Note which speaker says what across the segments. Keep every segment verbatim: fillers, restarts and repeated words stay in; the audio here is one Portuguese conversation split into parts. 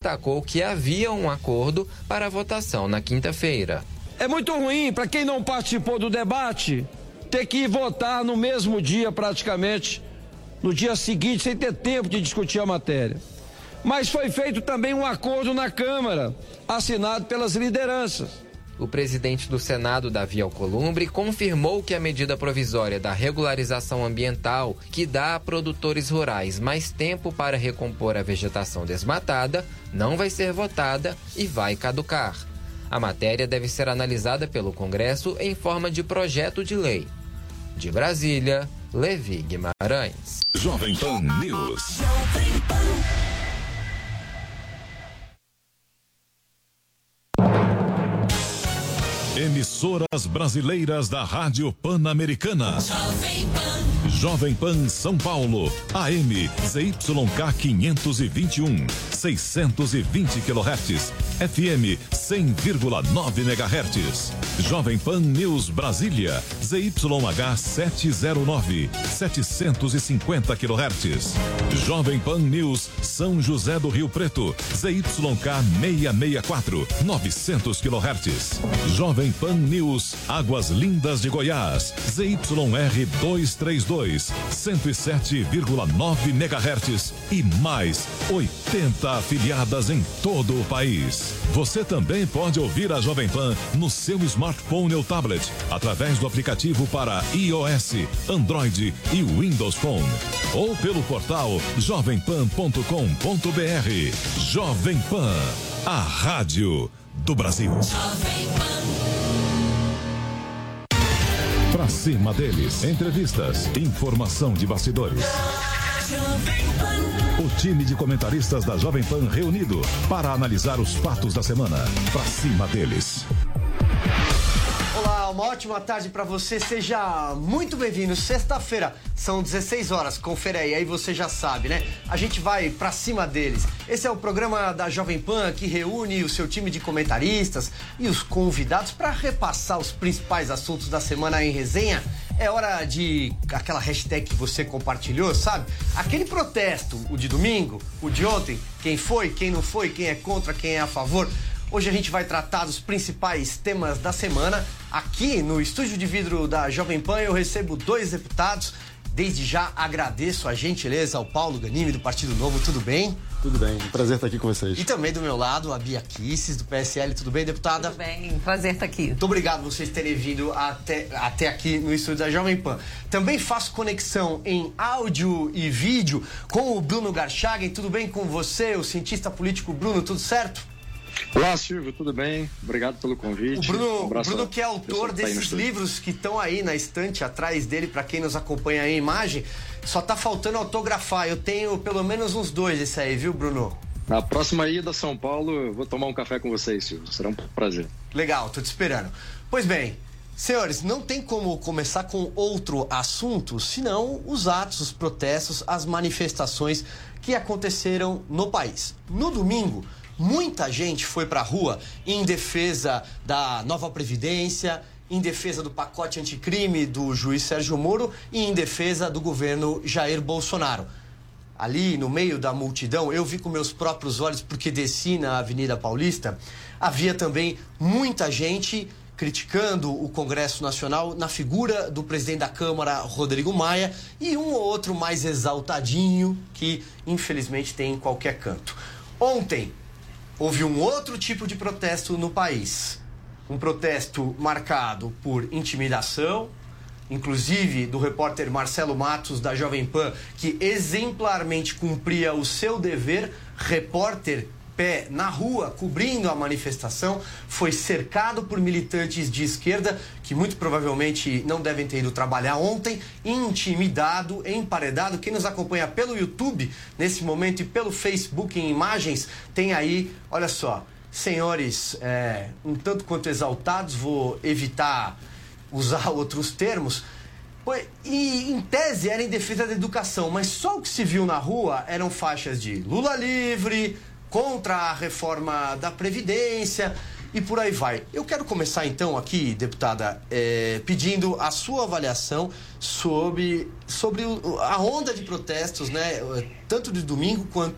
Speaker 1: destacou que havia um acordo para a votação na quinta-feira.
Speaker 2: É muito ruim para quem não participou do debate ter que votar no mesmo dia, praticamente, no dia seguinte, sem ter tempo de discutir a matéria. Mas foi feito também um acordo na Câmara, assinado pelas lideranças.
Speaker 1: O presidente do Senado, Davi Alcolumbre, confirmou que a medida provisória da regularização ambiental, que dá a produtores rurais mais tempo para recompor a vegetação desmatada, não vai ser votada e vai caducar. A matéria deve ser analisada pelo Congresso em forma de projeto de lei. De Brasília, Levi Guimarães.
Speaker 3: Jovem Pan News. Emissoras brasileiras da Rádio Pan-Americana. Jovem Pan. Jovem Pan São Paulo, A M Z Y K quinhentos e vinte e um, seiscentos e vinte quilohertz, F M cem vírgula nove megahertz. Jovem Pan News Brasília, Z Y H setecentos e nove, setecentos e cinquenta quilohertz. Jovem Pan News São José do Rio Preto, Z Y K seiscentos e sessenta e quatro, novecentos quilohertz. Jovem Pan News Águas Lindas de Goiás, Z Y R duzentos e trinta e dois, cento e sete vírgula nove megahertz e mais oitenta afiliadas em todo o país. Você também pode ouvir a Jovem Pan no seu smartphone ou tablet, através do aplicativo para iOS, Android e Windows Phone, ou pelo portal jovem pan ponto com ponto b r. Jovem Pan, a rádio do Brasil. Jovem Pan. Pra cima deles, entrevistas, informação de bastidores. O time de comentaristas da Jovem Pan reunido para analisar os fatos da semana. Pra cima deles.
Speaker 4: Olá, uma ótima tarde para você, seja muito bem-vindo. Sexta-feira, são dezesseis horas, confere aí, aí você já sabe, né? A gente vai pra cima deles. Esse é o programa da Jovem Pan que reúne o seu time de comentaristas e os convidados para repassar os principais assuntos da semana em resenha. É hora de aquela hashtag que você compartilhou, sabe? Aquele protesto, o de domingo, o de ontem, quem foi, quem não foi, quem é contra, quem é a favor. Hoje a gente vai tratar dos principais temas da semana. Aqui no estúdio de vidro da Jovem Pan eu recebo dois deputados. Desde já agradeço a gentileza ao Paulo Ganimi do Partido Novo. Tudo bem?
Speaker 5: Tudo bem, um prazer estar aqui com vocês.
Speaker 4: E também do meu lado, a Bia Kisses, do P S L. Tudo bem, deputada?
Speaker 6: Tudo bem, prazer estar aqui.
Speaker 4: Muito obrigado vocês terem vindo até, até aqui no estúdio da Jovem Pan. Também faço conexão em áudio e vídeo com o Bruno Garchagen. Tudo bem com você, o cientista político Bruno? Tudo certo?
Speaker 5: Olá, Silvio, tudo bem? Obrigado pelo convite.
Speaker 4: O Bruno,
Speaker 5: um
Speaker 4: o Bruno que é autor desses tá livros que estão aí na estante atrás dele, para quem nos acompanha aí em imagem, só tá faltando autografar. Eu tenho pelo menos uns dois esse aí, viu, Bruno?
Speaker 5: Na próxima ida a São Paulo, eu vou tomar um café com vocês, Silvio. Será um prazer.
Speaker 4: Legal, tô te esperando. Pois bem, senhores, não tem como começar com outro assunto senão os atos, os protestos, as manifestações que aconteceram no país. No domingo, muita gente foi para a rua em defesa da nova Previdência, em defesa do pacote anticrime do juiz Sérgio Moro e em defesa do governo Jair Bolsonaro. Ali no meio da multidão, eu vi com meus próprios olhos, porque desci na Avenida Paulista, havia também muita gente criticando o Congresso Nacional na figura do presidente da Câmara, Rodrigo Maia, e um ou outro mais exaltadinho que infelizmente tem em qualquer canto. Ontem houve um outro tipo de protesto no país. Um protesto marcado por intimidação, inclusive do repórter Marcelo Matos, da Jovem Pan, que exemplarmente cumpria o seu dever, repórter pé na rua, cobrindo a manifestação, foi cercado por militantes de esquerda, que muito provavelmente não devem ter ido trabalhar ontem, intimidado, emparedado. Quem nos acompanha pelo YouTube, nesse momento, e pelo Facebook em imagens, tem aí, olha só, senhores é, um tanto quanto exaltados, vou evitar usar outros termos, e em tese era em defesa da educação, mas só o que se viu na rua eram faixas de Lula livre, contra a reforma da Previdência e por aí vai. Eu quero começar então aqui, deputada, é, pedindo a sua avaliação sobre, sobre a onda de protestos, né, tanto de domingo quanto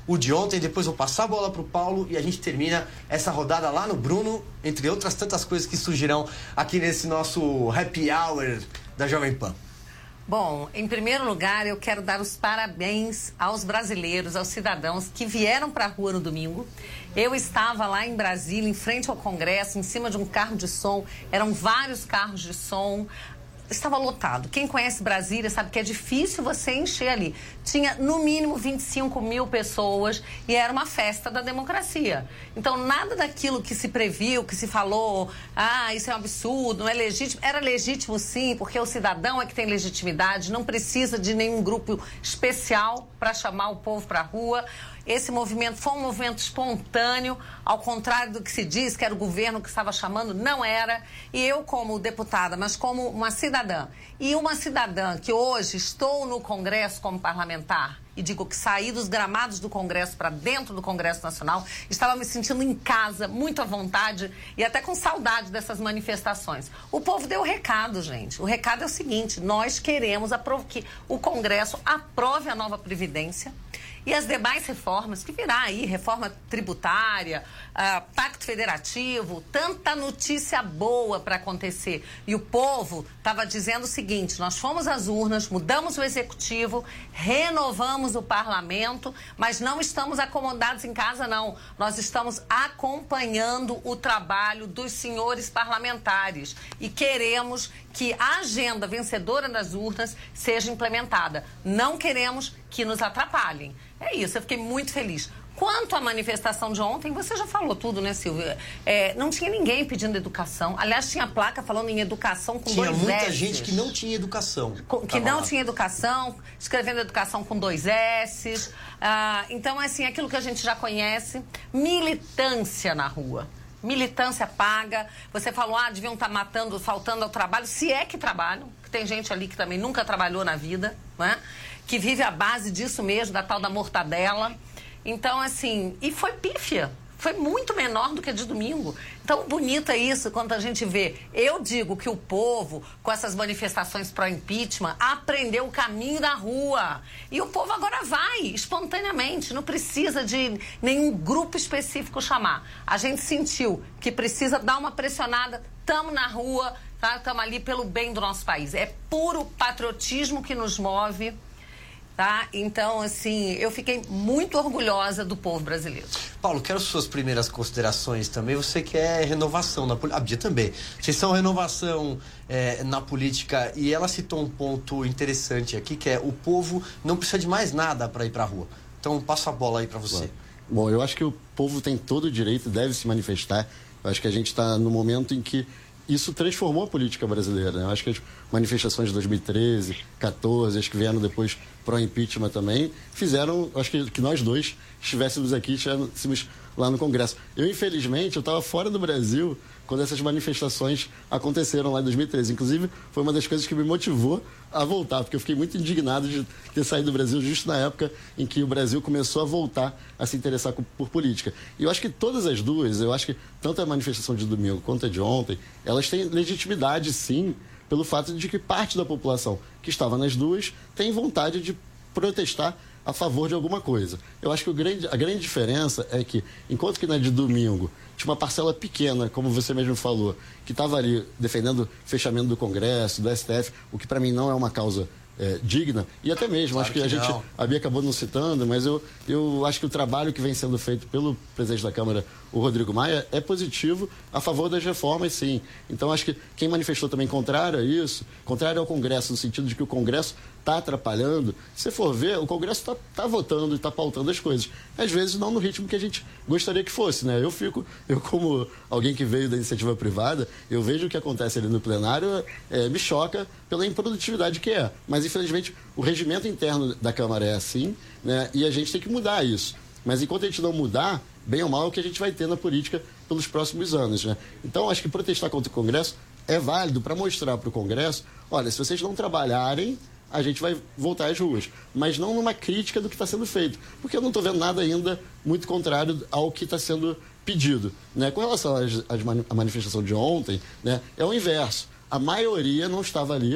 Speaker 4: o de ontem, depois vou passar a bola para o Paulo e a gente termina essa rodada lá no Bruno, entre outras tantas coisas que surgirão aqui nesse nosso happy hour da Jovem Pan.
Speaker 6: Bom, em primeiro lugar, eu quero dar os parabéns aos brasileiros, aos cidadãos que vieram para a rua no domingo. Eu estava lá em Brasília, em frente ao Congresso, em cima de um carro de som. Eram vários carros de som. Estava lotado. Quem conhece Brasília sabe que é difícil você encher ali. Tinha, no mínimo, vinte e cinco mil pessoas e era uma festa da democracia. Então, nada daquilo que se previu, que se falou, ah, isso é um absurdo, não é legítimo. Era legítimo, sim, porque o cidadão é que tem legitimidade, não precisa de nenhum grupo especial para chamar o povo para a rua. Esse movimento foi um movimento espontâneo, ao contrário do que se diz, que era o governo que estava chamando, não era. E eu, como deputada, mas como uma cidadã, e uma cidadã que hoje estou no Congresso como parlamentar, e digo que saí dos gramados do Congresso para dentro do Congresso Nacional, estava me sentindo em casa, muito à vontade e até com saudade dessas manifestações. O povo deu o recado, gente. O recado é o seguinte: nós queremos que o Congresso aprove a nova Previdência e as demais reformas, que virá aí, reforma tributária, uh, pacto federativo, tanta notícia boa para acontecer. E o povo estava dizendo o seguinte: nós fomos às urnas, mudamos o executivo, renovamos o parlamento, mas não estamos acomodados em casa, não. Nós estamos acompanhando o trabalho dos senhores parlamentares e queremos que a agenda vencedora das urnas seja implementada. Não queremos que nos atrapalhem. É isso, eu fiquei muito feliz. Quanto à manifestação de ontem, você já falou tudo, né, Silvia? É, não tinha ninguém pedindo educação. Aliás, tinha placa falando em educação com
Speaker 4: tinha
Speaker 6: dois S.
Speaker 4: Tinha muita gente que não tinha educação.
Speaker 6: Com, que não lá. tinha educação, escrevendo educação com dois S. Ah, então, assim, aquilo que a gente já conhece, militância na rua. Militância paga. Você falou, ah, deviam estar matando, faltando ao trabalho. Se é que trabalham, que tem gente ali que também nunca trabalhou na vida, né? Que vive à base disso mesmo, da tal da mortadela. Então, assim, e foi pífia. Foi muito menor do que a de domingo. Então, bonito é isso quando a gente vê. Eu digo que o povo, com essas manifestações pró-impeachment, aprendeu o caminho da rua. E o povo agora vai, espontaneamente. Não precisa de nenhum grupo específico chamar. A gente sentiu que precisa dar uma pressionada. Estamos na rua, tá? Estamos ali pelo bem do nosso país. É puro patriotismo que nos move. Tá? Então, assim, eu fiquei muito orgulhosa do povo brasileiro.
Speaker 4: Paulo, quero suas primeiras considerações também. Você quer renovação na política. A Bia também. Vocês são renovação é, na política e ela citou um ponto interessante aqui, que é o povo não precisa de mais nada para ir para a rua. Então, passo a bola aí para você.
Speaker 7: Bom, eu acho que o povo tem todo o direito, deve se manifestar. Eu acho que a gente está no momento em que isso transformou a política brasileira, né? Eu acho que as manifestações de dois mil e treze, quatorze, as que vieram depois pró-impeachment também, fizeram, acho que, que nós dois estivéssemos aqui, estivéssemos lá no Congresso. Eu, infelizmente, eu estava fora do Brasil quando essas manifestações aconteceram lá em dois mil e treze. Inclusive, foi uma das coisas que me motivou a voltar, porque eu fiquei muito indignado de ter saído do Brasil justo na época em que o Brasil começou a voltar a se interessar por política. E eu acho que todas as duas, eu acho que tanto a manifestação de domingo quanto a de ontem, elas têm legitimidade, sim, pelo fato de que parte da população que estava nas duas tem vontade de protestar a favor de alguma coisa. Eu acho que o grande, a grande diferença é que, enquanto que na de domingo tinha uma parcela pequena, como você mesmo falou, que estava ali defendendo o fechamento do Congresso, do S T F, o que para mim não é uma causa é, digna, e até mesmo, claro acho que, que a gente, a Bia acabou não citando, mas eu, eu acho que o trabalho que vem sendo feito pelo presidente da Câmara, o Rodrigo Maia, é positivo a favor das reformas, sim. Então, acho que quem manifestou também contrário a isso, contrário ao Congresso, no sentido de que o Congresso está atrapalhando, se for ver, o Congresso está tá votando e está pautando as coisas. Às vezes, não no ritmo que a gente gostaria que fosse, né? Eu fico, eu como alguém que veio da iniciativa privada, eu vejo o que acontece ali no plenário, é, me choca pela improdutividade que é. Mas, infelizmente, o regimento interno da Câmara é assim, né? E a gente tem que mudar isso. Mas enquanto a gente não mudar, bem ou mal, é o que a gente vai ter na política pelos próximos anos, né? Então, acho que protestar contra o Congresso é válido para mostrar para o Congresso, olha, se vocês não trabalharem, a gente vai voltar às ruas. Mas não numa crítica do que está sendo feito. Porque eu não estou vendo nada ainda muito contrário ao que está sendo pedido, né? Com relação às, às mani- à manifestação de ontem, né, é o inverso. A maioria não estava ali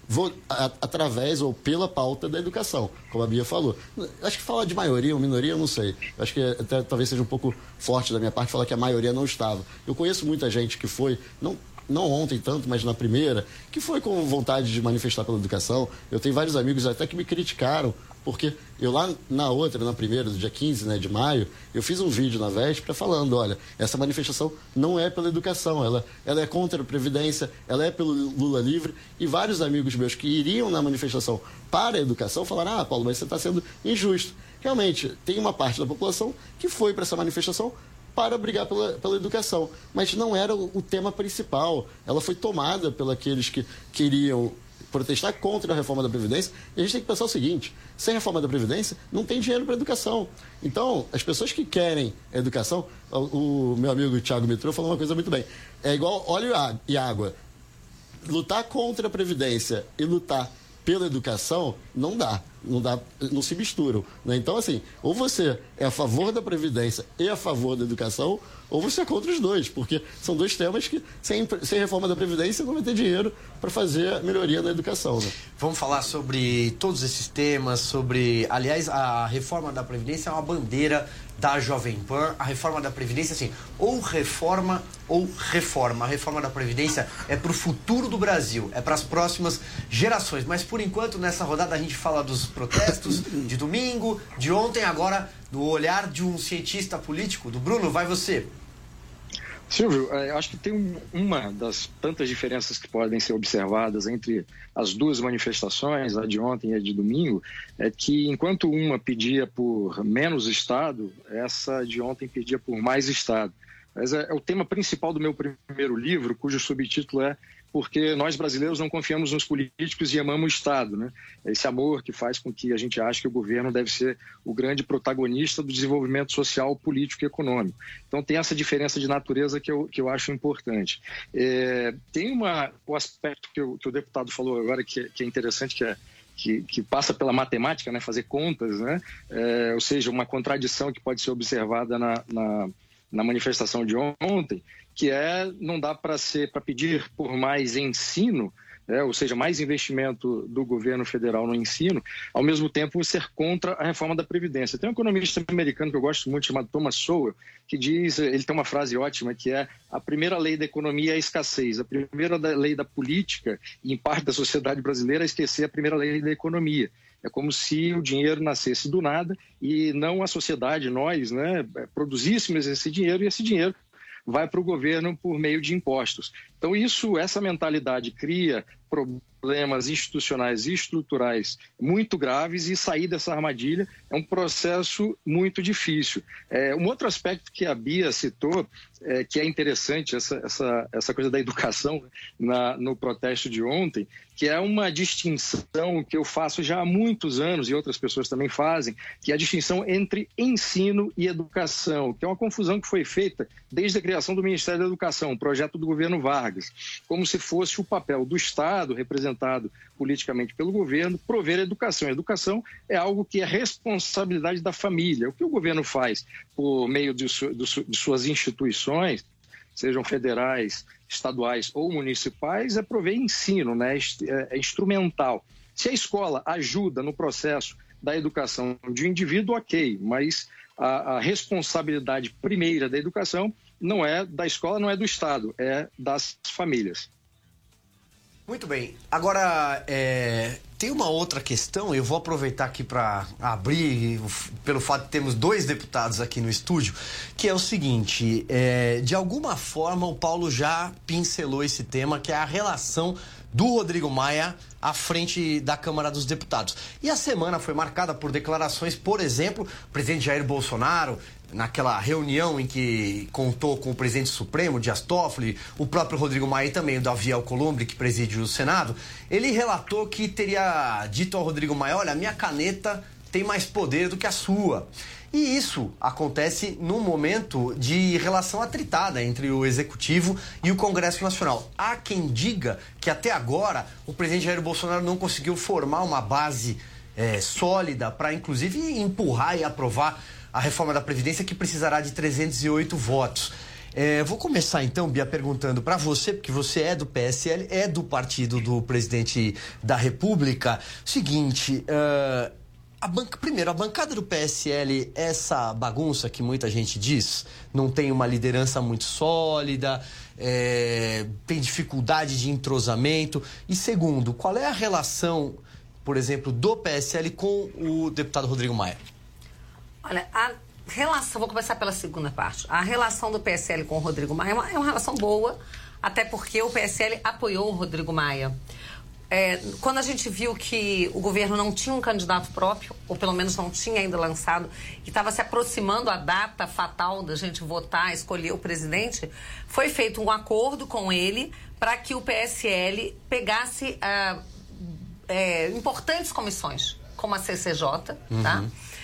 Speaker 7: vou, a, através ou pela pauta da educação, como a Bia falou. Acho que falar de maioria ou minoria, eu não sei. Acho que até, talvez seja um pouco forte da minha parte falar que a maioria não estava. Eu conheço muita gente que foi, não, não ontem tanto, mas na primeira, que foi com vontade de manifestar pela educação. Eu tenho vários amigos até que me criticaram, porque eu lá na outra, na primeira, do dia quinze, né, de maio, eu fiz um vídeo na véspera falando, olha, essa manifestação não é pela educação, ela, ela é contra a Previdência, ela é pelo Lula livre, e vários amigos meus que iriam na manifestação para a educação falaram, ah, Paulo, mas você está sendo injusto. Realmente, tem uma parte da população que foi para essa manifestação para brigar pela, pela educação, mas não era o, o tema principal, ela foi tomada pelos aqueles que queriam protestar contra a reforma da Previdência, e a gente tem que pensar o seguinte, sem reforma da Previdência, não tem dinheiro para educação. Então, as pessoas que querem educação, o, o meu amigo Thiago Mitrô falou uma coisa muito bem, é igual óleo e água. Lutar contra a Previdência e lutar pela educação, não dá, não dá, não se misturam, né? Então, assim, ou você é a favor da Previdência e a favor da educação, ou você é contra os dois, porque são dois temas que, sem, sem reforma da Previdência, não vai ter dinheiro para fazer a melhoria na educação, né?
Speaker 4: Vamos falar sobre todos esses temas, sobre... Aliás, a reforma da Previdência é uma bandeira da Jovem Pan. A reforma da Previdência, assim, ou reforma ou reforma. A reforma da Previdência é para o futuro do Brasil, é para as próximas gerações. Mas, por enquanto, nessa rodada a gente fala dos protestos de domingo, de ontem, agora do olhar de um cientista político. Do Bruno, vai você.
Speaker 5: Silvio, acho que tem uma das tantas diferenças que podem ser observadas entre as duas manifestações, a de ontem e a de domingo, é que enquanto uma pedia por menos Estado, essa de ontem pedia por mais Estado. Mas é, é o tema principal do meu primeiro livro, cujo subtítulo é Porque Nós Brasileiros Não Confiamos nos Políticos e Amamos o Estado, né? Esse amor que faz com que a gente ache que o governo deve ser o grande protagonista do desenvolvimento social, político e econômico. Então tem essa diferença de natureza que eu, que eu acho importante. É, tem uma, o aspecto que, eu, que o deputado falou agora que, que é interessante, que é Que, que passa pela matemática, né, fazer contas, né, é, ou seja, uma contradição que pode ser observada na, na, na manifestação de ontem, que é não dá para ser para pedir por mais ensino, né, ou seja, mais investimento do governo federal no ensino, ao mesmo tempo ser contra a reforma da Previdência. Tem um economista americano que eu gosto muito, chamado Thomas Sowell, que diz, ele tem uma frase ótima, que é: a primeira lei da economia é a escassez, a primeira lei da política e em parte da sociedade brasileira é esquecer a primeira lei da economia. É como se o dinheiro nascesse do nada e não a sociedade, nós, né, produzíssemos esse dinheiro, e esse dinheiro vai para o governo por meio de impostos. Então, isso, essa mentalidade cria problemas institucionais e estruturais muito graves, e sair dessa armadilha é um processo muito difícil. É, um outro aspecto que a Bia citou, é, que é interessante, essa, essa, essa coisa da educação na, no protesto de ontem, que é uma distinção que eu faço já há muitos anos, e outras pessoas também fazem, que é a distinção entre ensino e educação, que é uma confusão que foi feita desde a criação do Ministério da Educação, um projeto do governo Vargas, como se fosse o papel do Estado, representado politicamente pelo governo, prover a educação. A educação é algo que é responsabilidade da família. O que o governo faz por meio de, su de suas instituições, sejam federais, estaduais ou municipais, é prover ensino, né? É instrumental. Se a escola ajuda no processo da educação de um indivíduo, ok, mas a, a responsabilidade primeira da educação não é da escola, não é do Estado, é das famílias.
Speaker 4: Muito bem. Agora, é, tem uma outra questão, eu vou aproveitar aqui para abrir, pelo fato de termos dois deputados aqui no estúdio, que é o seguinte, é, de alguma forma o Paulo já pincelou esse tema, que é a relação do Rodrigo Maia à frente da Câmara dos Deputados. E a semana foi marcada por declarações, por exemplo, o presidente Jair Bolsonaro, naquela reunião em que contou com o presidente Supremo, Dias Toffoli, o próprio Rodrigo Maia e também o Davi Alcolumbre, que preside o Senado, ele relatou que teria dito ao Rodrigo Maia: olha, a minha caneta tem mais poder do que a sua. E isso acontece num momento de relação atritada entre o Executivo e o Congresso Nacional. Há quem diga que até agora o presidente Jair Bolsonaro não conseguiu formar uma base é, sólida para, inclusive, empurrar e aprovar a reforma da Previdência, que precisará de trezentos e oito votos. É, vou começar então, Bia, perguntando para você, porque você é do P S L, é do partido do presidente da República. Seguinte, uh, a banca, primeiro, a bancada do P S L, essa bagunça que muita gente diz, não tem uma liderança muito sólida, é, tem dificuldade de entrosamento. E segundo, qual é a relação, por exemplo, do P S L com o deputado Rodrigo Maia?
Speaker 6: Olha, a relação, vou começar pela segunda parte. A relação do P S L com o Rodrigo Maia é uma, é uma relação boa, até porque o P S L apoiou o Rodrigo Maia. É, quando a gente viu que o governo não tinha um candidato próprio, ou pelo menos não tinha ainda lançado, e estava se aproximando a data fatal da gente votar, escolher o presidente, foi feito um acordo com ele para que o P S L pegasse ah, é, importantes comissões, como a C C J, uhum. tá?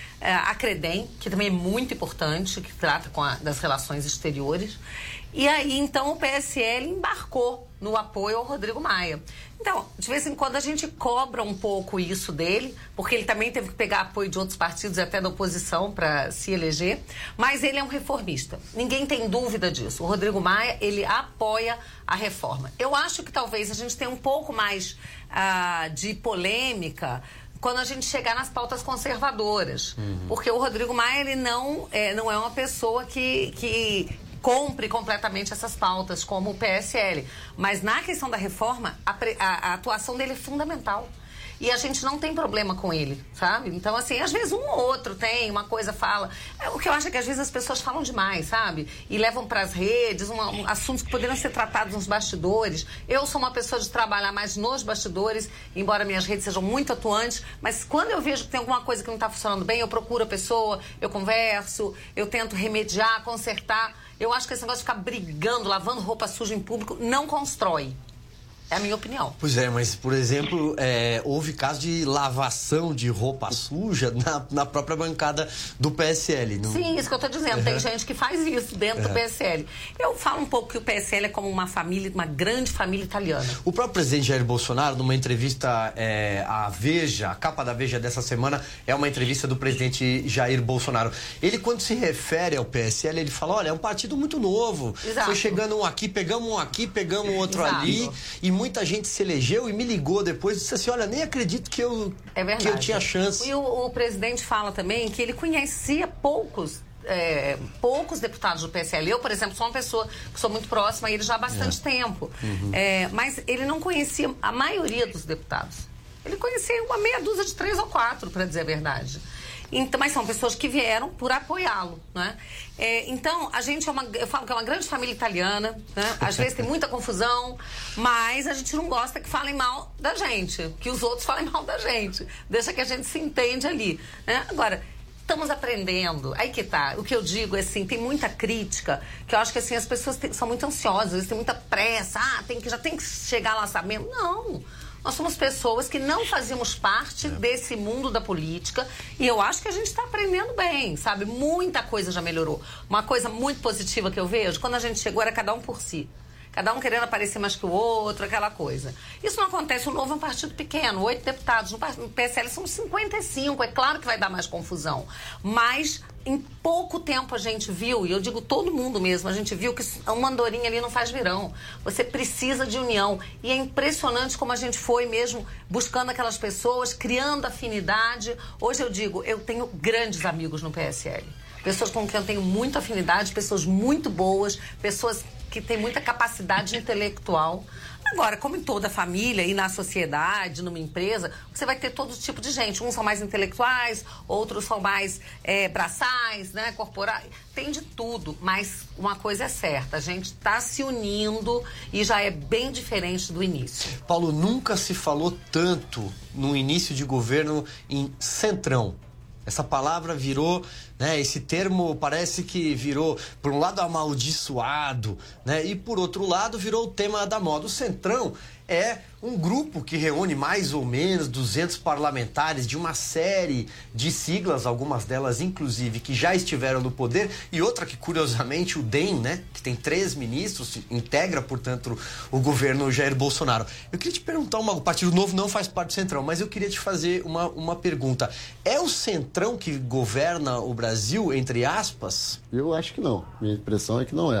Speaker 6: A CREDEM, que também é muito importante, que trata com a, das relações exteriores. E aí, então, o P S L embarcou no apoio ao Rodrigo Maia. Então, de vez em quando a gente cobra um pouco isso dele, porque ele também teve que pegar apoio de outros partidos e até da oposição para se eleger, mas ele é um reformista. Ninguém tem dúvida disso. O Rodrigo Maia, ele apoia a reforma. Eu acho que talvez a gente tenha um pouco mais ah, de polêmica quando a gente chegar nas pautas conservadoras. Uhum. Porque o Rodrigo Maia, ele não é, não é uma pessoa que, que compre completamente essas pautas, como o P S L. Mas na questão da reforma, a, a, a atuação dele é fundamental. E a gente não tem problema com ele, sabe? Então, assim, às vezes um ou outro tem, uma coisa fala... O que eu acho é que às vezes as pessoas falam demais, sabe? E levam para as redes uma, um, assuntos que poderiam ser tratados nos bastidores. Eu sou uma pessoa de trabalhar mais nos bastidores, embora minhas redes sejam muito atuantes, mas quando eu vejo que tem alguma coisa que não está funcionando bem, eu procuro a pessoa, eu converso, eu tento remediar, consertar. Eu acho que esse negócio de ficar brigando, lavando roupa suja em público, não constrói. É a minha opinião.
Speaker 4: Pois é, mas, por exemplo, é, houve caso de lavação de roupa suja na, na própria bancada do P S L. Não...
Speaker 6: Sim, isso que eu estou dizendo. Uhum. Tem gente que faz isso dentro uhum. do P S L. Eu falo um pouco que o P S L é como uma família, uma grande família italiana.
Speaker 4: O próprio presidente Jair Bolsonaro, numa entrevista é, à Veja, a capa da Veja dessa semana, é uma entrevista do presidente Jair Bolsonaro. Ele, quando se refere ao P S L, ele fala, olha, é um partido muito novo.
Speaker 6: Exato.
Speaker 4: Foi chegando um aqui, pegamos um aqui, pegamos um outro Exato. ali, e muita gente se elegeu e me ligou depois e disse assim, olha, nem acredito que eu,
Speaker 6: é
Speaker 4: que eu tinha chance.
Speaker 6: E o, o presidente fala também que ele conhecia poucos, é, poucos deputados do P S L. Eu, por exemplo, sou uma pessoa que sou muito próxima a ele já há bastante é. tempo. Uhum. É, mas ele não conhecia a maioria dos deputados. Ele conhecia uma meia dúzia de três ou quatro, para dizer a verdade. Então, mas são pessoas que vieram por apoiá-lo, né? É, então, a gente é uma... Eu falo que é uma grande família italiana, né? Às vezes tem muita confusão, mas a gente não gosta que falem mal da gente, que os outros falem mal da gente. Deixa que a gente se entende ali, né? Agora, estamos aprendendo. Aí que tá. O que eu digo é assim, tem muita crítica, que eu acho que assim, as pessoas tem, são muito ansiosas, têm muita pressa. Ah, tem que, já tem que chegar lá sabendo. Não. Nós somos pessoas que não fazíamos parte é. desse mundo da política e eu acho que a gente está aprendendo bem, sabe? Muita coisa já melhorou. Uma coisa muito positiva que eu vejo, quando a gente chegou era cada um por si. Cada um querendo aparecer mais que o outro, aquela coisa. Isso não acontece. O Novo é um partido pequeno, oito deputados. No P S L são cinquenta e cinco. É claro que vai dar mais confusão. Mas em pouco tempo a gente viu, e eu digo todo mundo mesmo, a gente viu que uma andorinha ali não faz verão. Você precisa de união. E é impressionante como a gente foi mesmo buscando aquelas pessoas, criando afinidade. Hoje eu digo, eu tenho grandes amigos no P S L. Pessoas com quem eu tenho muita afinidade, pessoas muito boas, pessoas que têm muita capacidade intelectual. Agora, como em toda família e na sociedade, numa empresa, você vai ter todo tipo de gente. Uns são mais intelectuais, outros são mais é, braçais, né, corporais. Tem de tudo, mas uma coisa é certa, a gente está se unindo e já é bem diferente do início.
Speaker 4: Paulo, nunca se falou tanto no início de governo em centrão. Essa palavra virou, né, esse termo parece que virou, por um lado, amaldiçoado, né, e por outro lado, virou o tema da moda. O Centrão é um grupo que reúne mais ou menos duzentos parlamentares de uma série de siglas, algumas delas, inclusive, que já estiveram no poder, e outra que, curiosamente, o D E M, né, que tem três ministros, integra, portanto, o governo Jair Bolsonaro. Eu queria te perguntar, uma, o Partido Novo não faz parte do Centrão, mas eu queria te fazer uma, uma pergunta. É o Centrão que governa o Brasil, entre aspas?
Speaker 7: Eu acho que não. Minha impressão é que não é.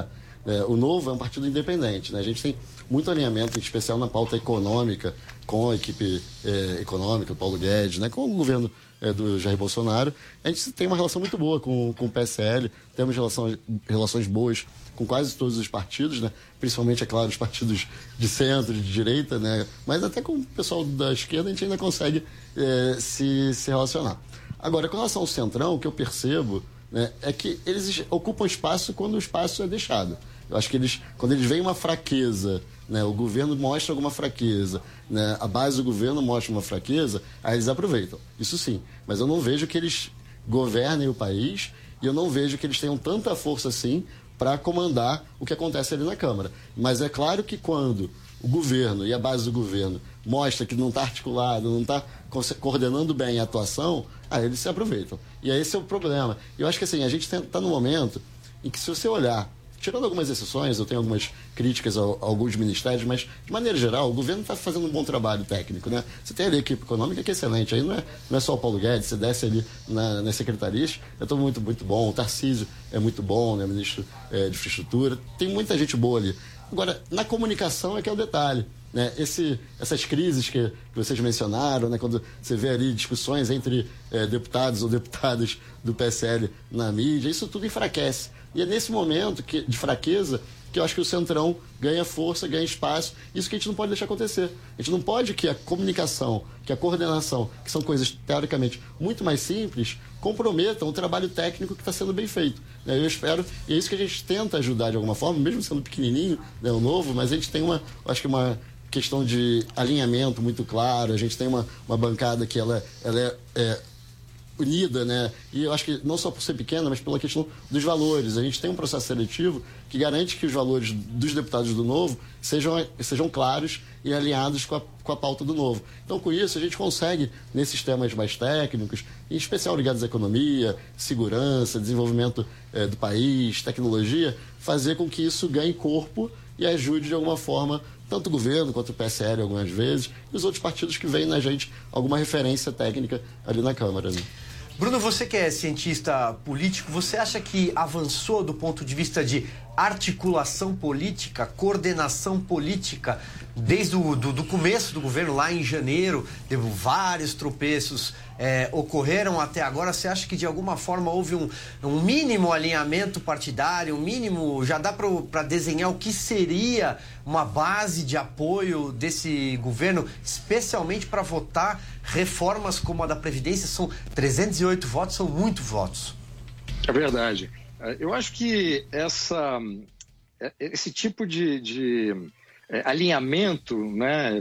Speaker 7: É, o Novo é um partido independente, né? A gente tem muito alinhamento, em especial na pauta econômica, com a equipe é, econômica, o Paulo Guedes, né? Com o governo é, do Jair Bolsonaro. A gente tem uma relação muito boa com, com o P S L, temos relações, relações boas com quase todos os partidos, né? Principalmente, é claro, os partidos de centro, de direita, né? Mas até com o pessoal da esquerda a gente ainda consegue é, se, se relacionar. Agora, com relação ao Centrão, o que eu percebo, né, é que eles ocupam espaço quando o espaço é deixado. Eu acho que eles, quando eles veem uma fraqueza, né, o governo mostra alguma fraqueza, né, a base do governo mostra uma fraqueza, aí eles aproveitam. Isso sim. Mas eu não vejo que eles governem o país e eu não vejo que eles tenham tanta força assim para comandar o que acontece ali na Câmara. Mas é claro que quando o governo e a base do governo mostra que não está articulado, não está coordenando bem a atuação, aí eles se aproveitam. E esse é o problema. Eu acho que assim, a gente está num momento em que, se você olhar, tirando algumas exceções, eu tenho algumas críticas a, a alguns ministérios, mas, de maneira geral, o governo está fazendo um bom trabalho técnico, né? Você tem ali a equipe econômica que é excelente, aí não é, não é só o Paulo Guedes, você desce ali na, nas secretarias, é tudo muito, muito bom, o Tarcísio é muito bom, né? Ministro é, de Infraestrutura, tem muita gente boa ali. Agora, na comunicação é que é o detalhe, né? Esse, essas crises que, que vocês mencionaram, né? Quando você vê ali discussões entre é, deputados ou deputadas do P S L na mídia, isso tudo enfraquece. E é nesse momento que, de fraqueza que eu acho que o Centrão ganha força, ganha espaço. Isso que a gente não pode deixar acontecer. A gente não pode que a comunicação, que a coordenação, que são coisas teoricamente muito mais simples, comprometam o trabalho técnico que está sendo bem feito. Eu espero, e é isso que a gente tenta ajudar de alguma forma, mesmo sendo pequenininho, né, o Novo, mas a gente tem uma, acho que uma questão de alinhamento muito claro, a gente tem uma, uma bancada que ela, ela é, é unida, né? E eu acho que não só por ser pequena, mas pela questão dos valores. A gente tem um processo seletivo que garante que os valores dos deputados do Novo sejam, sejam claros e alinhados com a, com a pauta do Novo. Então, com isso, a gente consegue, nesses temas mais técnicos, em especial ligados à economia, segurança, desenvolvimento eh, do país, tecnologia, fazer com que isso ganhe corpo e ajude de alguma forma tanto o governo quanto o P S L algumas vezes, e os outros partidos que veem na gente alguma referência técnica ali na Câmara, né?
Speaker 4: Bruno, você que é cientista político, você acha que avançou do ponto de vista de articulação política, coordenação política, desde o do, do começo do governo, lá em janeiro, teve vários tropeços, é, ocorreram até agora? Você acha que de alguma forma houve um, um mínimo alinhamento partidário, um mínimo, já dá para desenhar o que seria uma base de apoio desse governo, especialmente para votar reformas como a da Previdência? São trezentos e oito votos, são muitos votos.
Speaker 5: É verdade. Eu acho que essa, esse tipo de, de alinhamento, né,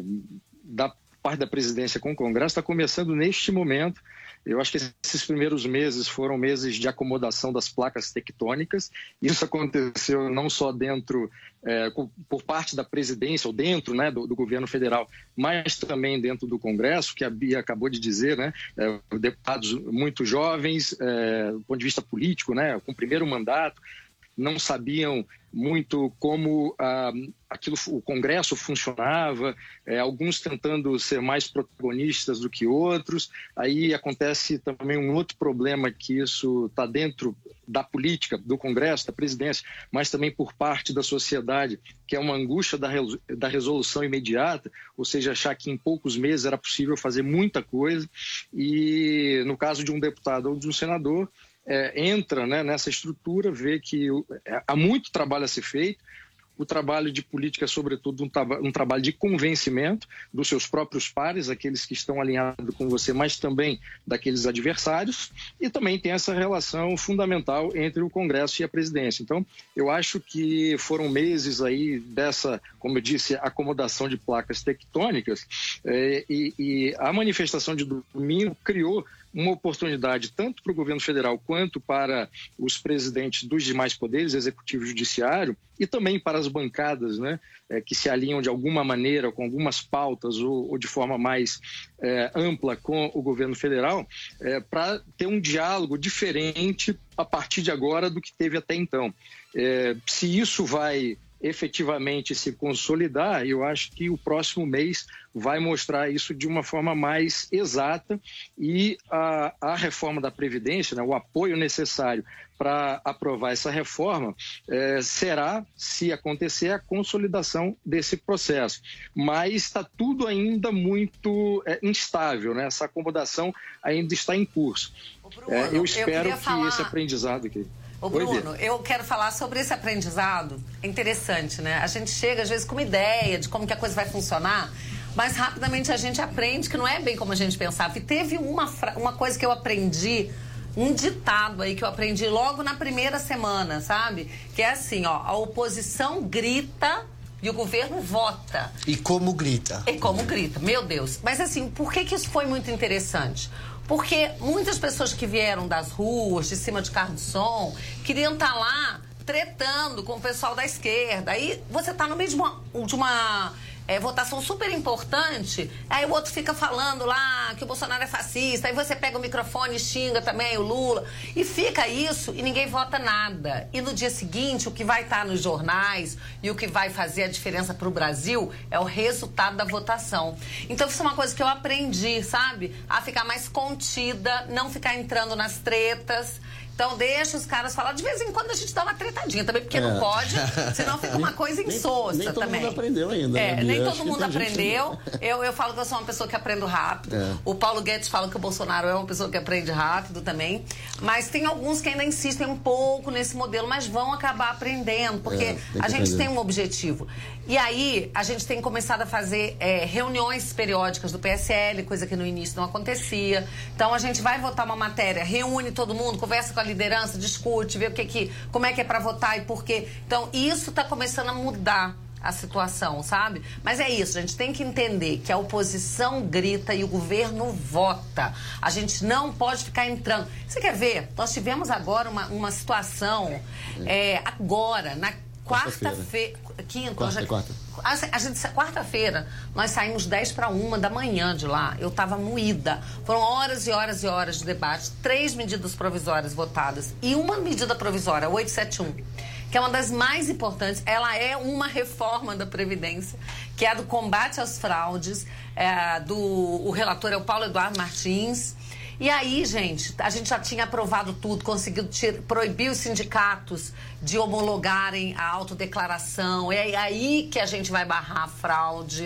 Speaker 5: da parte da presidência com o Congresso está começando neste momento. Eu acho que esses primeiros meses foram meses de acomodação das placas tectônicas. Isso aconteceu não só dentro, é, por parte da presidência, ou dentro, né, do, do governo federal, mas também dentro do Congresso, que a Bia acabou de dizer, né, é, deputados muito jovens, é, do ponto de vista político, né, com o primeiro mandato, não sabiam muito como ah, aquilo, o Congresso funcionava, é, alguns tentando ser mais protagonistas do que outros. Aí acontece também um outro problema, que isso está dentro da política, do Congresso, da presidência, mas também por parte da sociedade, que é uma angústia da, da resolução imediata, ou seja, achar que em poucos meses era possível fazer muita coisa. E no caso de um deputado ou de um senador, É, entra, né, nessa estrutura, vê que é, há muito trabalho a ser feito. O trabalho de política é, sobretudo, um, tra- um trabalho de convencimento dos seus próprios pares, aqueles que estão alinhados com você, mas também daqueles adversários, e também tem essa relação fundamental entre o Congresso e a presidência. Então, eu acho que foram meses aí dessa, como eu disse, acomodação de placas tectônicas, é, e, e a manifestação de domingo criou uma oportunidade tanto para o governo federal quanto para os presidentes dos demais poderes, executivo e judiciário, e também para as bancadas, né, é, que se alinham de alguma maneira com algumas pautas ou, ou de forma mais é, ampla com o governo federal, é, para ter um diálogo diferente a partir de agora do que teve até então. É, se isso vai efetivamente se consolidar, eu acho que o próximo mês vai mostrar isso de uma forma mais exata e a, a reforma da Previdência, né, o apoio necessário para aprovar essa reforma eh, será, se acontecer, a consolidação desse processo. Mas está tudo ainda muito eh, instável, né? Essa acomodação ainda está em curso.
Speaker 6: Ô, Bruno,
Speaker 5: eh, eu espero
Speaker 6: eu
Speaker 5: que
Speaker 6: falar...
Speaker 5: esse aprendizado aqui...
Speaker 6: Ô, Bruno, eu quero falar sobre esse aprendizado. É interessante, né? A gente chega, às vezes, com uma ideia de como que a coisa vai funcionar, mas rapidamente a gente aprende que não é bem como a gente pensava. E teve uma, uma coisa que eu aprendi, um ditado aí que eu aprendi logo na primeira semana, sabe? Que é assim, ó, a oposição grita e o governo vota.
Speaker 4: E como grita?
Speaker 6: E como grita, meu Deus. Mas assim, por que que isso foi muito interessante? Porque muitas pessoas que vieram das ruas, de cima de carro de som, queriam estar lá tretando com o pessoal da esquerda. Aí você está no meio de uma, de uma é, votação super importante, aí o outro fica falando lá que o Bolsonaro é fascista, aí você pega o microfone e xinga também o Lula, e fica isso e ninguém vota nada. E no dia seguinte, o que vai estar nos jornais e o que vai fazer a diferença para o Brasil é o resultado da votação. Então, isso é uma coisa que eu aprendi, sabe? A ficar mais contida, não ficar entrando nas tretas. Então, deixa os caras falar. De vez em quando a gente dá uma tretadinha também, porque é. não pode, senão fica uma coisa insossa
Speaker 7: nem, nem
Speaker 6: também.
Speaker 7: Nem todo mundo aprendeu ainda.
Speaker 6: É,
Speaker 7: né,
Speaker 6: nem
Speaker 7: todo
Speaker 6: todo mundo aprendeu. Que... Eu, eu falo que eu sou uma pessoa que aprendo rápido. É. O Paulo Guedes fala que o Bolsonaro é uma pessoa que aprende rápido também. Mas tem alguns que ainda insistem um pouco nesse modelo, mas vão acabar aprendendo, porque é, a gente aprender. tem um objetivo. E aí, a gente tem começado a fazer é, reuniões periódicas do P S L, coisa que no início não acontecia. Então, a gente vai votar uma matéria, reúne todo mundo, conversa com a liderança, discute, vê o que que, como é que é para votar e por quê. Então, isso está começando a mudar a situação, sabe? Mas é isso, a gente tem que entender que a oposição grita e o governo vota. A gente não pode ficar entrando. Você quer ver? Nós tivemos agora uma, uma situação, é, agora, na quarta-feira... Quinta,
Speaker 7: quarta,
Speaker 6: já...
Speaker 7: quarta.
Speaker 6: A, a gente, quarta-feira, nós saímos dez para uma da manhã de lá. Eu estava moída. Foram horas e horas e horas de debate. Três medidas provisórias votadas. E uma medida provisória, oitocentos e setenta e um, que é uma das mais importantes. Ela é uma reforma da Previdência, que é a do combate às fraudes. É, do, o relator é o Paulo Eduardo Martins. E aí, gente, a gente já tinha aprovado tudo, conseguiu tira, proibir os sindicatos de homologarem a autodeclaração. É aí que a gente vai barrar a fraude.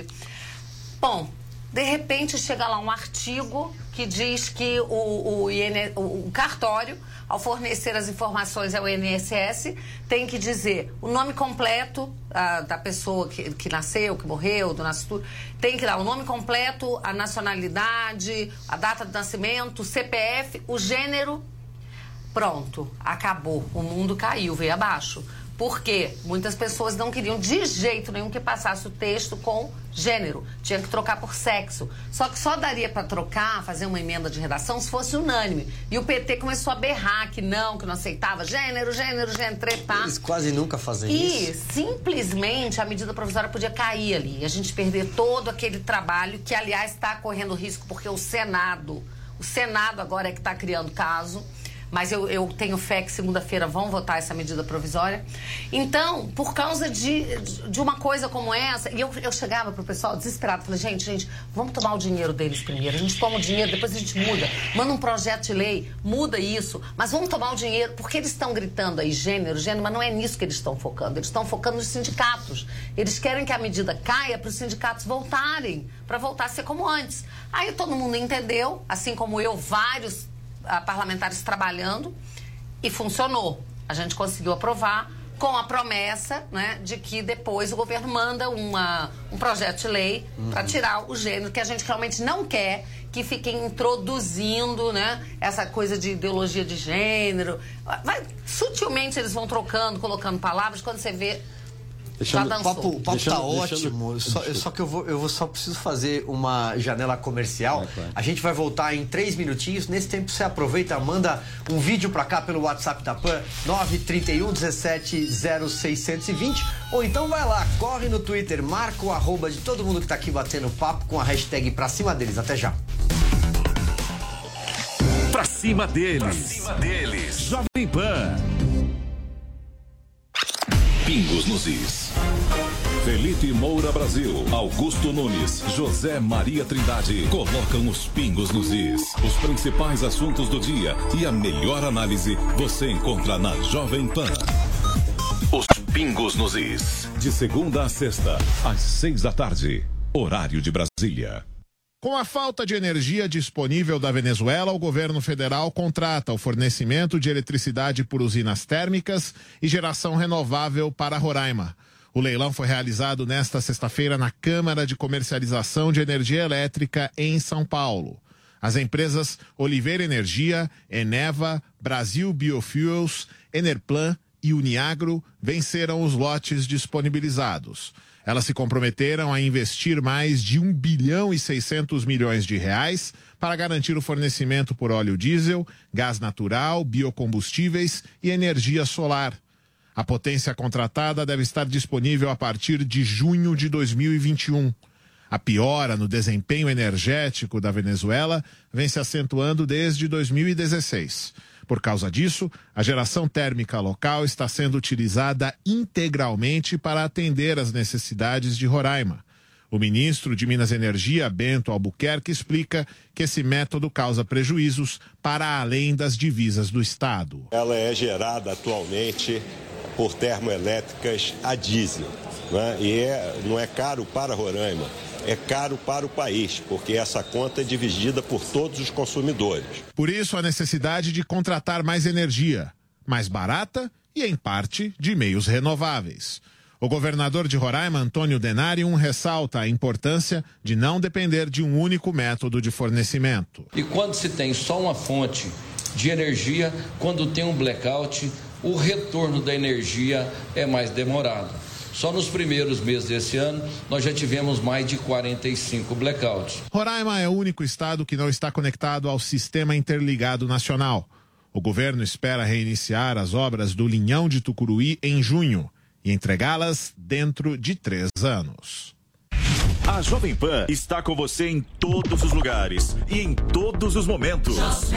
Speaker 6: Bom, de repente chega lá um artigo que diz que o, o, I N, o, o cartório, ao fornecer as informações ao I N S S, tem que dizer o nome completo ah, da pessoa que, que nasceu, que morreu, do nascimento, tem que dar o nome completo, a nacionalidade, a data de nascimento, o C P F, o gênero. Pronto, acabou. O mundo caiu, veio abaixo. Por quê? Muitas pessoas não queriam de jeito nenhum que passasse o texto com gênero. Tinha que trocar por sexo. Só que só daria para trocar, fazer uma emenda de redação, se fosse unânime. E o P T começou a berrar que não, que não aceitava gênero, gênero, gênero, tretar.
Speaker 4: Eles quase nunca fazem
Speaker 6: e,
Speaker 4: isso.
Speaker 6: E simplesmente a medida provisória podia cair ali. E a gente perder todo aquele trabalho que, aliás, está correndo risco, porque o Senado, o Senado agora é que está criando caso. Mas eu, eu tenho fé que segunda-feira vão votar essa medida provisória. Então, por causa de, de uma coisa como essa, e eu, eu chegava pro pessoal desesperado, falei, gente, gente, vamos tomar o dinheiro deles primeiro. A gente toma o dinheiro, depois a gente muda. Manda um projeto de lei, muda isso. Mas vamos tomar o dinheiro, porque eles estão gritando aí gênero, gênero, mas não é nisso que eles estão focando. Eles estão focando nos sindicatos. Eles querem que a medida caia para os sindicatos voltarem, para voltar a ser como antes. Aí todo mundo entendeu, assim como eu, vários parlamentares trabalhando, e funcionou. A gente conseguiu aprovar com a promessa, né, de que depois o governo manda uma, um projeto de lei uhum. para tirar o gênero, que a gente realmente não quer que fiquem introduzindo, né, essa coisa de ideologia de gênero. Vai, sutilmente eles vão trocando, colocando palavras, quando você vê...
Speaker 4: Deixando, o papo, o papo deixando, tá ótimo, deixando, só, só que eu, vou, eu vou só preciso fazer uma janela comercial. É, claro. A gente vai voltar em três minutinhos. Nesse tempo você aproveita, manda um vídeo pra cá pelo WhatsApp da Pan, nove três um, dezessete, zero seiscentos e vinte. Ou então vai lá, corre no Twitter, marca o arroba de todo mundo que tá aqui batendo papo com a hashtag pra cima deles. Até já.
Speaker 3: Pra cima deles. Pra cima deles. Jovem Pan. pingos nos is. Felipe Moura Brasil, Augusto Nunes, José Maria Trindade colocam os pingos nos is. Os principais assuntos do dia e a melhor análise você encontra na Jovem Pan. Os pingos nos is. De segunda a sexta, às seis da tarde. Horário de Brasília.
Speaker 8: Com a falta de energia disponível da Venezuela, o governo federal contrata o fornecimento de eletricidade por usinas térmicas e geração renovável para Roraima. O leilão foi realizado nesta sexta-feira na Câmara de Comercialização de Energia Elétrica em São Paulo. As empresas Oliveira Energia, Eneva, Brasil Biofuels, Enerplan e Uniagro venceram os lotes disponibilizados. Elas se comprometeram a investir mais de um bilhão e seiscentos milhões de reais para garantir o fornecimento por óleo diesel, gás natural, biocombustíveis e energia solar. A potência contratada deve estar disponível a partir de junho de dois mil e vinte e um. A piora no desempenho energético da Venezuela vem se acentuando desde dois mil e dezesseis. Por causa disso, a geração térmica local está sendo utilizada integralmente para atender às necessidades de Roraima. O ministro de Minas e Energia, Bento Albuquerque, explica que esse método causa prejuízos para além das divisas do estado.
Speaker 9: Ela é gerada atualmente por termoelétricas a diesel, né? E é, não é caro para Roraima. É caro para o país, porque essa conta é dividida por todos os consumidores.
Speaker 8: Por isso, a necessidade de contratar mais energia, mais barata e, em parte, de meios renováveis. O governador de Roraima, Antônio Denarium, ressalta a importância de não depender de um único método de fornecimento.
Speaker 10: E quando se tem só uma fonte de energia, quando tem um blackout, o retorno da energia é mais demorado. Só nos primeiros meses desse ano, nós já tivemos mais de quarenta e cinco blackouts.
Speaker 8: Roraima é o único estado que não está conectado ao Sistema Interligado Nacional. O governo espera reiniciar as obras do Linhão de Tucuruí em junho e entregá-las dentro de três anos.
Speaker 11: A Jovem Pan está com você em todos os lugares e em todos os momentos.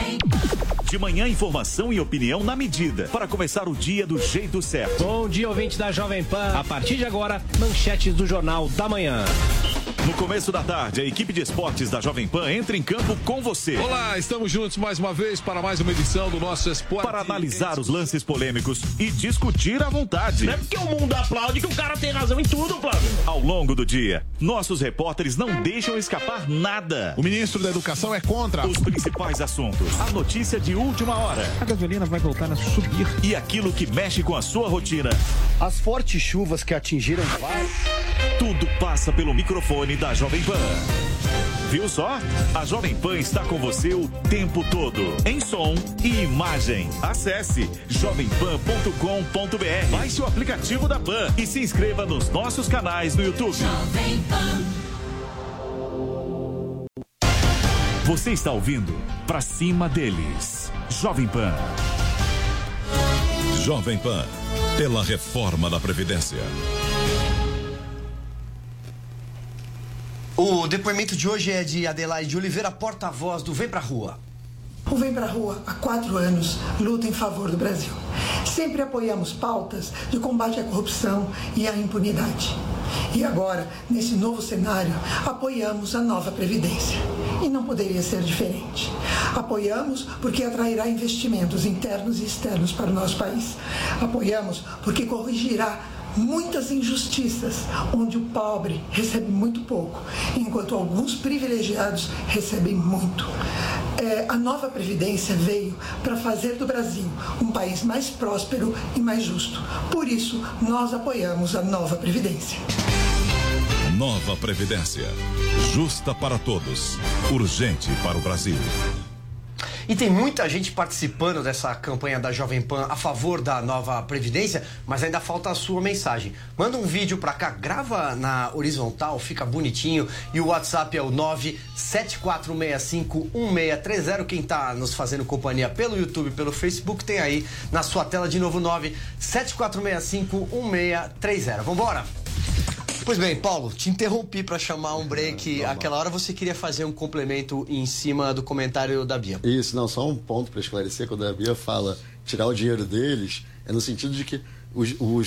Speaker 11: De manhã, informação e opinião na medida, para começar o dia do jeito certo.
Speaker 12: Bom dia, ouvinte da Jovem Pan. A partir de agora, manchetes do Jornal da Manhã.
Speaker 11: No começo da tarde, a equipe de esportes da Jovem Pan entra em campo com você.
Speaker 2: Olá, estamos juntos mais uma vez para mais uma edição do nosso Esporte.
Speaker 11: Para analisar os lances polêmicos e discutir à vontade.
Speaker 12: Não é porque o mundo aplaude que o cara tem razão em tudo, Flávio.
Speaker 11: Ao longo do dia, nossos repórteres não deixam escapar nada.
Speaker 8: O ministro da Educação é contra
Speaker 11: os principais assuntos. A notícia de última hora.
Speaker 13: A gasolina vai voltar a subir.
Speaker 11: E aquilo que mexe com a sua rotina.
Speaker 14: As fortes chuvas que atingiram vários.
Speaker 11: Tudo passa pelo microfone da Jovem Pan. Viu só? A Jovem Pan está com você o tempo todo, em som e imagem. Acesse jovem pan ponto com ponto b r, baixe o aplicativo da Pan e se inscreva nos nossos canais no YouTube. Jovem Pan. Você está ouvindo Pra Cima Deles. Jovem Pan.
Speaker 3: Jovem Pan, pela reforma da Previdência.
Speaker 4: O depoimento de hoje é de Adelaide Oliveira, porta-voz do Vem Pra Rua.
Speaker 15: O Vem Pra Rua, há quatro anos, luta em favor do Brasil. Sempre apoiamos pautas de combate à corrupção e à impunidade. E agora, nesse novo cenário, apoiamos a nova Previdência. E não poderia ser diferente. Apoiamos porque atrairá investimentos internos e externos para o nosso país. Apoiamos porque corrigirá muitas injustiças, onde o pobre recebe muito pouco, enquanto alguns privilegiados recebem muito. É, a nova Previdência veio para fazer do Brasil um país mais próspero e mais justo. Por isso, nós apoiamos a nova Previdência.
Speaker 3: Nova Previdência. Justa para todos. Urgente para o Brasil.
Speaker 4: E tem muita gente participando dessa campanha da Jovem Pan a favor da nova Previdência, mas ainda falta a sua mensagem. Manda um vídeo pra cá, grava na horizontal, fica bonitinho. E o WhatsApp é o nove sete quatro seis cinco um seis três zero. Quem tá nos fazendo companhia pelo YouTube, pelo Facebook, tem aí na sua tela de novo nove sete quatro seis cinco um seis três zero. Vambora? Pois bem, Paulo, te interrompi para chamar um break. Aquela hora você queria fazer um complemento em cima do comentário da Bia.
Speaker 7: Isso, não, só um ponto para esclarecer. Quando a Bia fala tirar o dinheiro deles, é no sentido de que os, os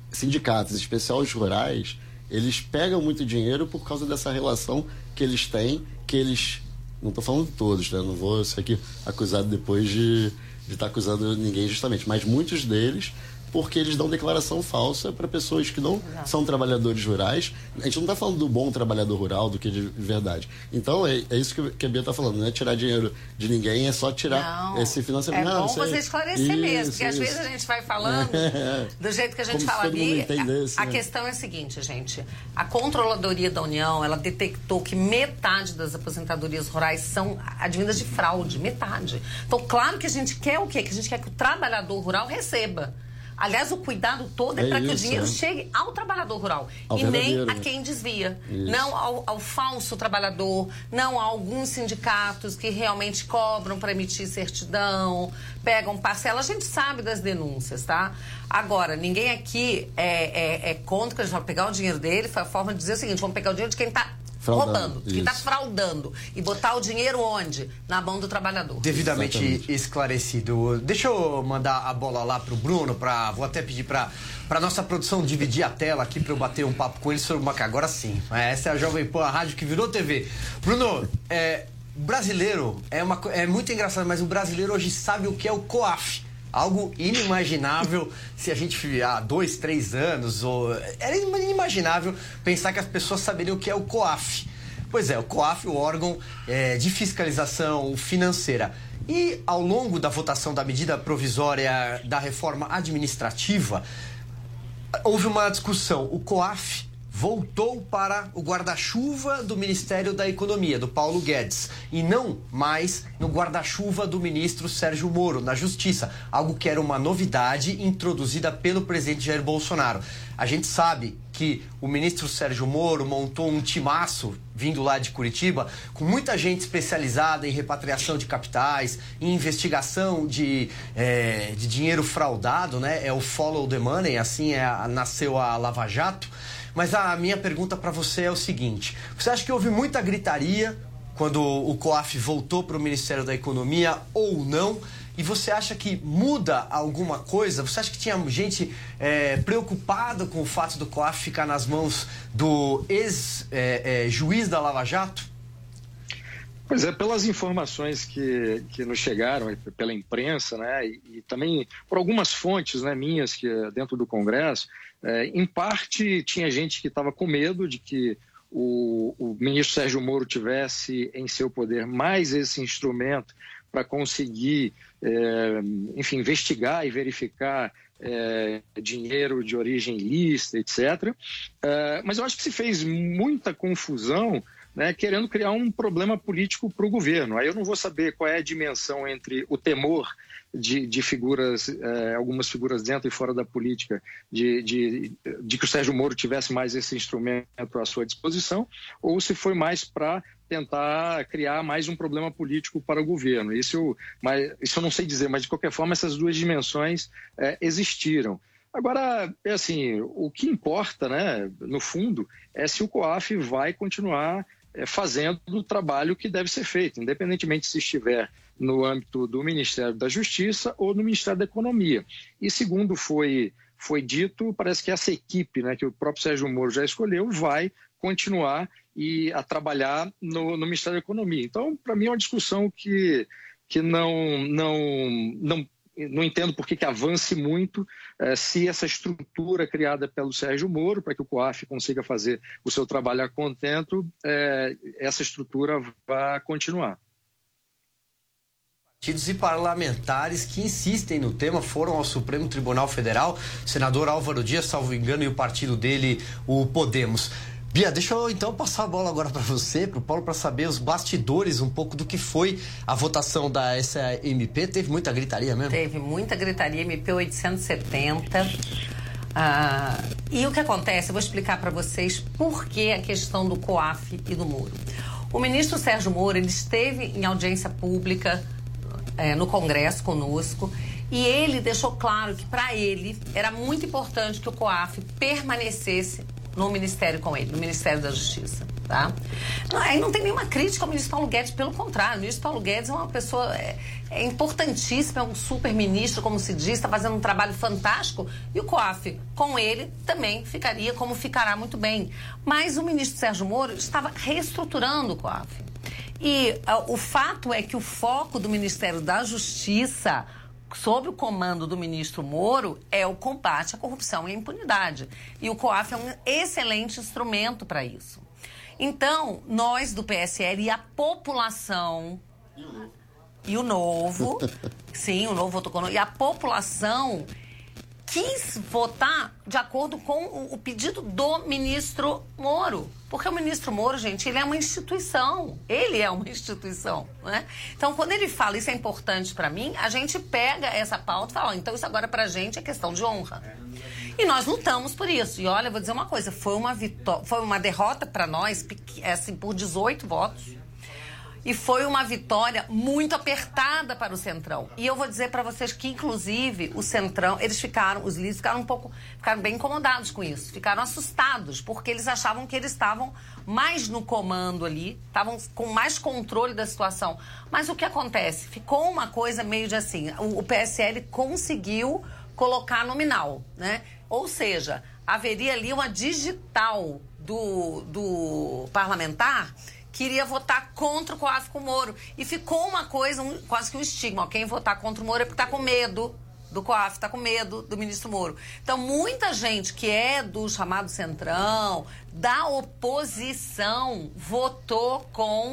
Speaker 7: sindicatos, em especial os rurais, eles pegam muito dinheiro por causa dessa relação que eles têm, que eles... Não estou falando de todos, né? Não vou ser aqui acusado depois de estar tá acusando ninguém justamente, mas muitos deles, porque eles dão declaração falsa para pessoas que não Exato. São trabalhadores rurais. A gente não está falando do bom trabalhador rural, do que de verdade. Então, é, é isso que a Bia está falando, não é tirar dinheiro de ninguém, é só tirar não, esse financiamento.
Speaker 6: É
Speaker 7: não,
Speaker 6: bom você
Speaker 7: é...
Speaker 6: esclarecer
Speaker 7: isso,
Speaker 6: mesmo, porque
Speaker 7: isso.
Speaker 6: às vezes a gente vai falando do jeito que a gente
Speaker 7: Como
Speaker 6: fala ali. A, a
Speaker 7: né?
Speaker 6: questão é a seguinte, gente. A Controladoria da União, ela detectou que metade das aposentadorias rurais são advindas de fraude, metade. Então, claro que a gente quer o quê? Que a gente quer que o trabalhador rural receba. Aliás, o cuidado todo é, é para que o dinheiro é. chegue ao trabalhador rural ao e nem a quem desvia. Isso. Não ao, ao falso trabalhador, não a alguns sindicatos que realmente cobram para emitir certidão, pegam parcela. A gente sabe das denúncias, tá? Agora, ninguém aqui é, é, é contra que a gente vai pegar o dinheiro dele. Foi a forma de dizer o seguinte, vamos pegar o dinheiro de quem está roubando, que está fraudando. E botar o dinheiro onde? Na mão do trabalhador.
Speaker 4: Devidamente Exatamente. Esclarecido. Deixa eu mandar a bola lá pro Bruno, pra, vou até pedir pra, pra nossa produção dividir a tela aqui pra eu bater um papo com ele sobre uma... Agora sim. Essa é a Jovem Pan, a rádio que virou T V. Bruno, é, o brasileiro é, uma, é muito engraçado, mas o brasileiro hoje sabe o que é o COAF. Algo inimaginável se a gente há dois, três anos, ou era inimaginável pensar que as pessoas saberiam o que é o COAF. Pois é, o COAF, o órgão é, de fiscalização financeira. E ao longo da votação da medida provisória da reforma administrativa, houve uma discussão. O COAF voltou para o guarda-chuva do Ministério da Economia, do Paulo Guedes, e não mais no guarda-chuva do ministro Sérgio Moro, na Justiça, algo que era uma novidade introduzida pelo presidente Jair Bolsonaro. A gente sabe que o ministro Sérgio Moro montou um timaço vindo lá de Curitiba, com muita gente especializada em repatriação de capitais, em investigação de, é, de dinheiro fraudado, né? É o follow the money, assim é, nasceu a Lava Jato. Mas a minha pergunta para você é o seguinte, você acha que houve muita gritaria quando o COAF voltou para o Ministério da Economia ou não? E você acha que muda alguma coisa? Você acha que tinha gente é, preocupada com o fato do COAF ficar nas mãos do ex-juiz é, é, da Lava Jato?
Speaker 5: Pois é, pelas informações que, que nos chegaram pela imprensa, né, e, e também por algumas fontes, né, minhas que dentro do Congresso, é, em parte tinha gente que estava com medo de que o, o ministro Sérgio Moro tivesse em seu poder mais esse instrumento para conseguir, é, enfim, investigar e verificar é, dinheiro de origem ilícita, etcétera. É, mas eu acho que se fez muita confusão, né, querendo criar um problema político para o governo. Aí eu não vou saber qual é a dimensão entre o temor de, de figuras, eh, algumas figuras dentro e fora da política, de, de, de que o Sérgio Moro tivesse mais esse instrumento à sua disposição, ou se foi mais para tentar criar mais um problema político para o governo. Isso eu, mas, isso eu não sei dizer, mas de qualquer forma essas duas dimensões eh, existiram. Agora, é assim, o que importa, né, no fundo, é se o COAF vai continuar é, fazendo o trabalho que deve ser feito, independentemente se estiver no âmbito do Ministério da Justiça ou no Ministério da Economia. E segundo foi, foi dito, parece que essa equipe, né, que o próprio Sérgio Moro já escolheu, vai continuar e, a trabalhar no, no Ministério da Economia. Então, para mim, é uma discussão que, que não... não, não Não entendo por que, que avance muito eh, se essa estrutura criada pelo Sérgio Moro, para que o COAF consiga fazer o seu trabalho a contento, eh, essa estrutura vai continuar.
Speaker 4: Partidos e parlamentares que insistem no tema foram ao Supremo Tribunal Federal, o senador Álvaro Dias, salvo engano, e o partido dele, o Podemos. Bia, deixa eu então passar a bola agora para você, para o Paulo, para saber os bastidores um pouco do que foi a votação da S M P. Teve muita gritaria mesmo?
Speaker 6: Teve muita gritaria, M P oitocentos e setenta. Ah, e o que acontece, eu vou explicar para vocês por que a questão do COAF e do Moro. O ministro Sérgio Moro, ele esteve em audiência pública é, no Congresso conosco e ele deixou claro que para ele era muito importante que o COAF permanecesse no Ministério com ele, no Ministério da Justiça. Tá? Não, aí não tem nenhuma crítica ao ministro Paulo Guedes, pelo contrário, o ministro Paulo Guedes é uma pessoa é, é importantíssima, é um super ministro, como se diz, está fazendo um trabalho fantástico, e o COAF, com ele, também ficaria como ficará muito bem. Mas o ministro Sérgio Moro estava reestruturando o COAF. E uh, o fato é que o foco do Ministério da Justiça, sob o comando do ministro Moro, é o combate à corrupção e à impunidade. E o COAF é um excelente instrumento para isso. Então, nós do P S L e a população... E o novo. E o novo, sim, o novo votou conosco. E a população quis votar de acordo com o, o pedido do ministro Moro. Porque o ministro Moro, gente, ele é uma instituição. Ele é uma instituição, né? Então, quando ele fala isso é importante para mim, a gente pega essa pauta e fala, então isso agora pra gente é questão de honra. E nós lutamos por isso. E olha, eu vou dizer uma coisa, foi uma, vitó- foi uma derrota para nós, assim, por dezoito votos. E foi uma vitória muito apertada para o Centrão. E eu vou dizer para vocês que, inclusive, o Centrão, eles ficaram, os líderes ficaram um pouco, ficaram bem incomodados com isso. Ficaram assustados, porque eles achavam que eles estavam mais no comando ali, estavam com mais controle da situação. Mas o que acontece? Ficou uma coisa meio de assim, o, o P S L conseguiu colocar nominal, né? Ou seja, haveria ali uma digital do, do parlamentar que iria votar contra o COAF com o Moro. E ficou uma coisa, um, quase que um estigma. Ó, quem votar contra o Moro é porque está com medo do COAF, está com medo do ministro Moro. Então, muita gente que é do chamado Centrão, da oposição, votou com,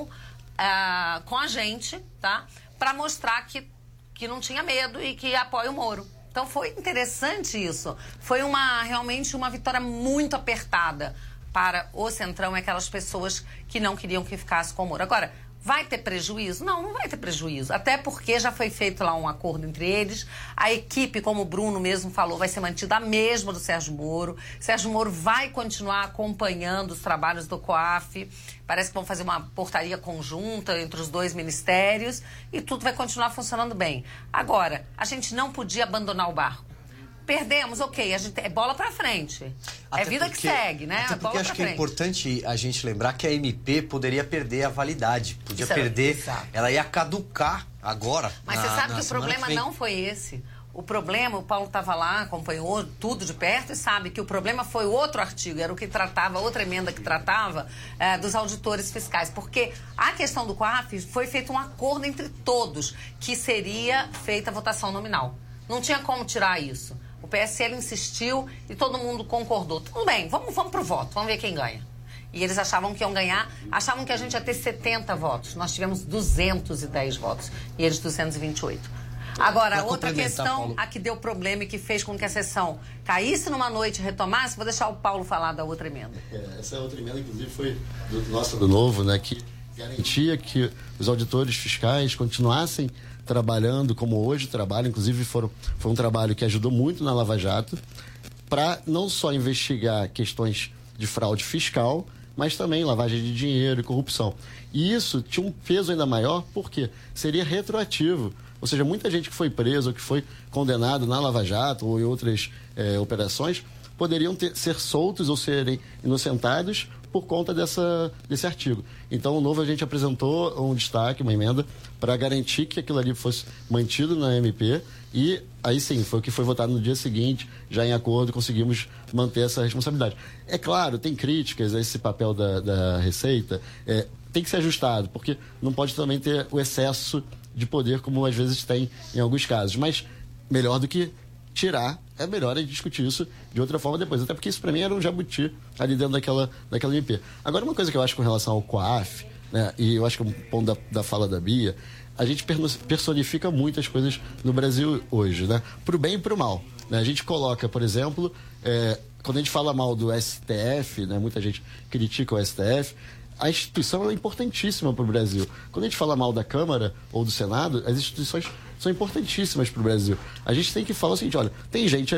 Speaker 6: uh, com a gente, tá? Para mostrar que, que não tinha medo e que apoia o Moro. Então, foi interessante isso. Foi uma, realmente uma vitória muito apertada para o Centrão e aquelas pessoas que não queriam que ficasse com o Moro. Agora, vai ter prejuízo? Não, não vai ter prejuízo. Até porque já foi feito lá um acordo entre eles. A equipe, como o Bruno mesmo falou, vai ser mantida a mesma do Sérgio Moro. Sérgio Moro vai continuar acompanhando os trabalhos do COAF. Parece que vão fazer uma portaria conjunta entre os dois ministérios e tudo vai continuar funcionando bem. Agora, a gente não podia abandonar o barco. Perdemos, ok, a gente, é bola pra frente. Até é vida porque, que segue, né?
Speaker 4: Até porque bola acho que frente. É importante a gente lembrar que a M P poderia perder a validade. Podia isso perder, é, ela ia caducar agora.
Speaker 6: Mas
Speaker 4: na,
Speaker 6: você sabe
Speaker 4: que
Speaker 6: o problema
Speaker 4: que
Speaker 6: não foi esse. O problema, o Paulo estava lá, acompanhou tudo de perto e sabe que o problema foi o outro artigo, era o que tratava, outra emenda que tratava é, dos auditores fiscais. Porque a questão do COAF foi feito um acordo entre todos que seria feita a votação nominal. Não tinha como tirar isso. O P S L insistiu e todo mundo concordou. Tudo bem, vamos, vamos pro voto, vamos ver quem ganha. E eles achavam que iam ganhar, achavam que a gente ia ter setenta votos. Nós tivemos duzentos e dez votos e eles duzentos e vinte e oito. Agora, outra questão, Paulo, a que deu problema e que fez com que a sessão caísse numa noite e retomasse, vou deixar o Paulo falar da outra emenda.
Speaker 7: É, essa outra emenda, inclusive, foi do nosso do Novo, né, que garantia que os auditores fiscais continuassem trabalhando como hoje trabalham, inclusive foram, foi um trabalho que ajudou muito na Lava Jato, para não só investigar questões de fraude fiscal, mas também lavagem de dinheiro e corrupção. E isso tinha um peso ainda maior, porque seria retroativo. Ou seja, muita gente que foi presa ou que foi condenado na Lava Jato ou em outras eh, operações, poderiam ter, ser soltos ou serem inocentados por conta dessa, desse artigo. Então, o Novo, a gente apresentou um destaque, uma emenda, para garantir que aquilo ali fosse mantido na M P e aí sim, foi o que foi votado no dia seguinte, já em acordo, conseguimos manter essa responsabilidade. É claro, tem críticas a esse papel da, da Receita, é, tem que ser ajustado, porque não pode também ter o excesso de poder, como às vezes tem em alguns casos, mas melhor do que tirar, é melhor a gente discutir isso de outra forma depois, até porque isso para mim era um jabuti ali dentro daquela, daquela M P. Agora, uma coisa que eu acho com relação ao COAF, né, e eu acho que é um ponto da, da fala da Bia, a gente personifica muitas coisas no Brasil hoje, né, pro bem e pro mal, né? A gente coloca, por exemplo, é, quando a gente fala mal do S T F, né, muita gente critica o S T F, a instituição é importantíssima para o Brasil. Quando a gente fala mal da Câmara ou do Senado, as instituições são importantíssimas para o Brasil. A gente tem que falar o seguinte, olha, tem gente ali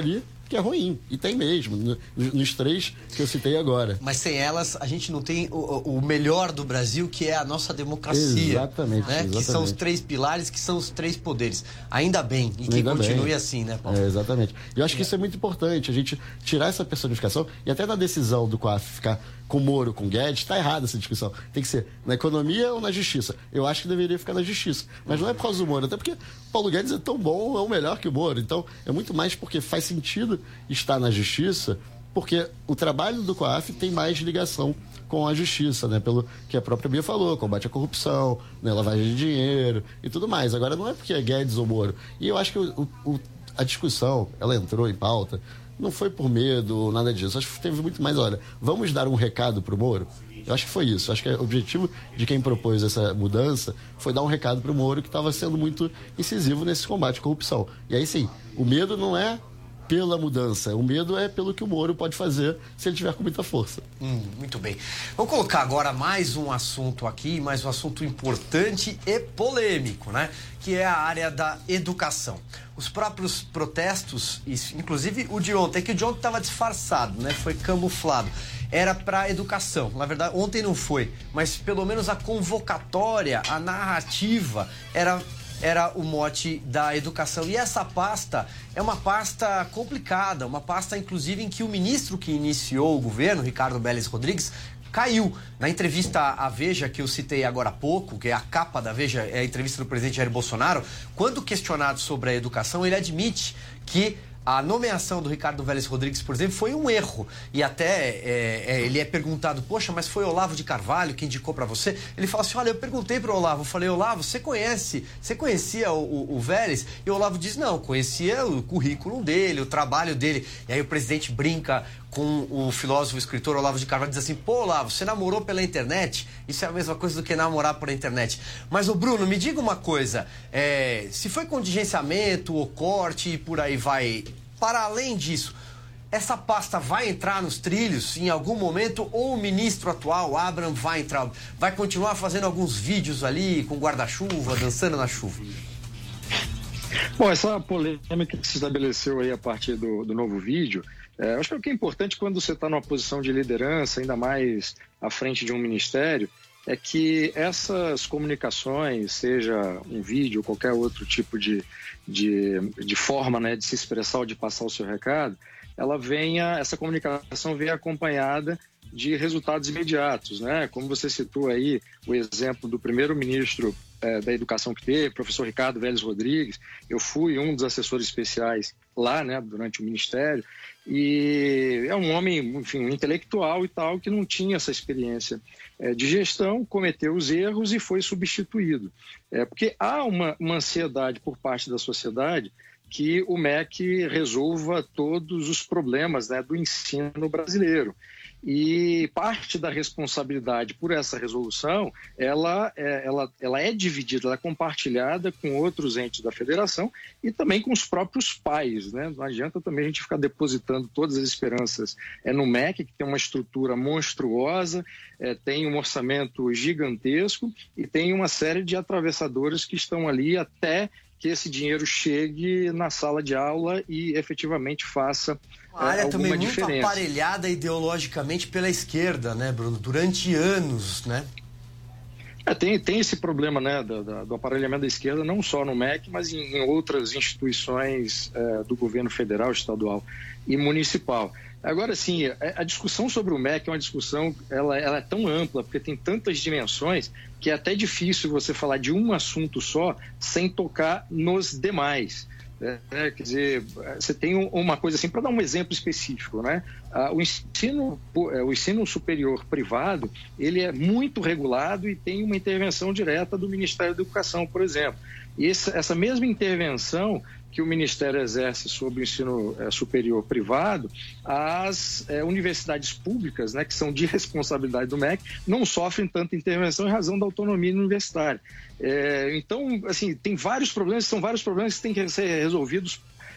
Speaker 7: que é ruim. E tem mesmo, no, nos três que eu citei agora.
Speaker 4: Mas sem elas, a gente não tem o, o melhor do Brasil, que é a nossa democracia.
Speaker 7: Exatamente,
Speaker 4: né?
Speaker 7: exatamente.
Speaker 4: Que são os três pilares, que são os três poderes. Ainda bem, e que
Speaker 7: Ainda
Speaker 4: continue
Speaker 7: bem.
Speaker 4: assim, né, Paulo?
Speaker 7: É, exatamente. Eu acho que
Speaker 4: É.
Speaker 7: isso é muito importante, a gente tirar essa personificação, e até na decisão do C O A F ficar com Moro, com Guedes, está errada essa discussão. Tem que ser na economia ou na justiça. Eu acho que deveria ficar na justiça. Mas não é por causa do Moro, até porque Paulo Guedes é tão bom, é o melhor que o Moro. Então, é muito mais porque faz sentido estar na justiça, porque o trabalho do C O A F tem mais ligação com a justiça, né? Pelo que a própria Bia falou, combate à corrupção, né? Lavagem de dinheiro e tudo mais. Agora, não é porque é Guedes ou Moro. E eu acho que o, o, a discussão, ela entrou em pauta, não foi por medo, nada disso. Acho que teve muito mais, olha, vamos dar um recado pro Moro? Eu acho que foi isso. Acho que o objetivo de quem propôs essa mudança foi dar um recado pro Moro, que estava sendo muito incisivo nesse combate à corrupção. E aí sim, o medo não é pela mudança, o medo é pelo que o Moro pode fazer se ele tiver com muita força.
Speaker 4: Hum, muito bem. Vamos colocar agora mais um assunto aqui, mais um assunto importante e polêmico, né? Que é a área da educação. Os próprios protestos, inclusive o de ontem, é que o de ontem estava disfarçado, né? Foi camuflado. Era para educação. Na verdade, ontem não foi, mas pelo menos a convocatória, a narrativa era era o mote da educação. E essa pasta é uma pasta complicada, uma pasta, inclusive, em que o ministro que iniciou o governo, Ricardo Vélez Rodrigues, caiu. Na entrevista à Veja, que eu citei agora há pouco, que é a capa da Veja, é a entrevista do presidente Jair Bolsonaro, quando questionado sobre a educação, ele admite que a nomeação do Ricardo Vélez Rodrigues, por exemplo, foi um erro. E até é, é, ele é perguntado, poxa, mas foi Olavo de Carvalho que indicou para você? Ele fala assim, olha, eu perguntei para o Olavo, eu falei, Olavo, você conhece, você conhecia o, o, o Vélez? E o Olavo diz, não, conhecia o currículo dele, o trabalho dele. E aí o presidente brinca com o filósofo e escritor Olavo de Carvalho, diz assim, pô, Olavo, você namorou pela internet? Isso é a mesma coisa do que namorar por internet. Mas, ô Bruno, me diga uma coisa, é, se foi contingenciamento ou corte e por aí vai, para além disso, essa pasta vai entrar nos trilhos em algum momento ou o ministro atual, Abraham, vai entrar, vai continuar fazendo alguns vídeos ali com guarda-chuva, dançando na chuva?
Speaker 5: Bom, essa polêmica que se estabeleceu aí a partir do, do novo vídeo, é, acho que o que é importante quando você está numa posição de liderança, ainda mais à frente de um ministério, é que essas comunicações, seja um vídeo ou qualquer outro tipo de, de, de forma, né, de se expressar ou de passar o seu recado, ela venha, essa comunicação venha acompanhada de resultados imediatos, né? Como você citou aí o exemplo do primeiro-ministro é, da Educação que teve, professor Ricardo Vélez Rodrigues. Eu fui um dos assessores especiais lá, né, durante o ministério, e é um homem, enfim, um intelectual e tal, que não tinha essa experiência é, de gestão, cometeu os erros e foi substituído. É, porque há uma, uma ansiedade por parte da sociedade que o M E C resolva todos os problemas, né, do ensino brasileiro. E parte da responsabilidade por essa resolução, ela é, ela, ela é dividida, ela é compartilhada com outros entes da federação e também com os próprios pais, né? Não adianta também a gente ficar depositando todas as esperanças é, no M E C, que tem uma estrutura monstruosa, é, tem um orçamento gigantesco e tem uma série de atravessadores que estão ali até que esse dinheiro chegue na sala de aula e efetivamente faça
Speaker 4: uma área
Speaker 5: é,
Speaker 4: também muito
Speaker 5: diferença.
Speaker 4: Aparelhada ideologicamente pela esquerda, né, Bruno? Durante anos, né?
Speaker 5: É, tem, tem esse problema, né, do, do aparelhamento da esquerda, não só no M E C, mas em, em outras instituições é, do governo federal, estadual e municipal. Agora, sim, a discussão sobre o M E C é uma discussão, ela, ela é tão ampla, porque tem tantas dimensões, que é até difícil você falar de um assunto só sem tocar nos demais. É, é, quer dizer, você tem uma coisa assim, para dar um exemplo específico, né? Ah, o ensino, o ensino superior privado, ele é muito regulado e tem uma intervenção direta do Ministério da Educação, por exemplo. E esse, essa mesma intervenção que o Ministério exerce sobre o ensino é, superior privado, as é, universidades públicas, né, que são de responsabilidade do M E C, não sofrem tanta intervenção em razão da autonomia universitária. É, então, assim, tem vários problemas, são vários problemas que têm que ser resolvidos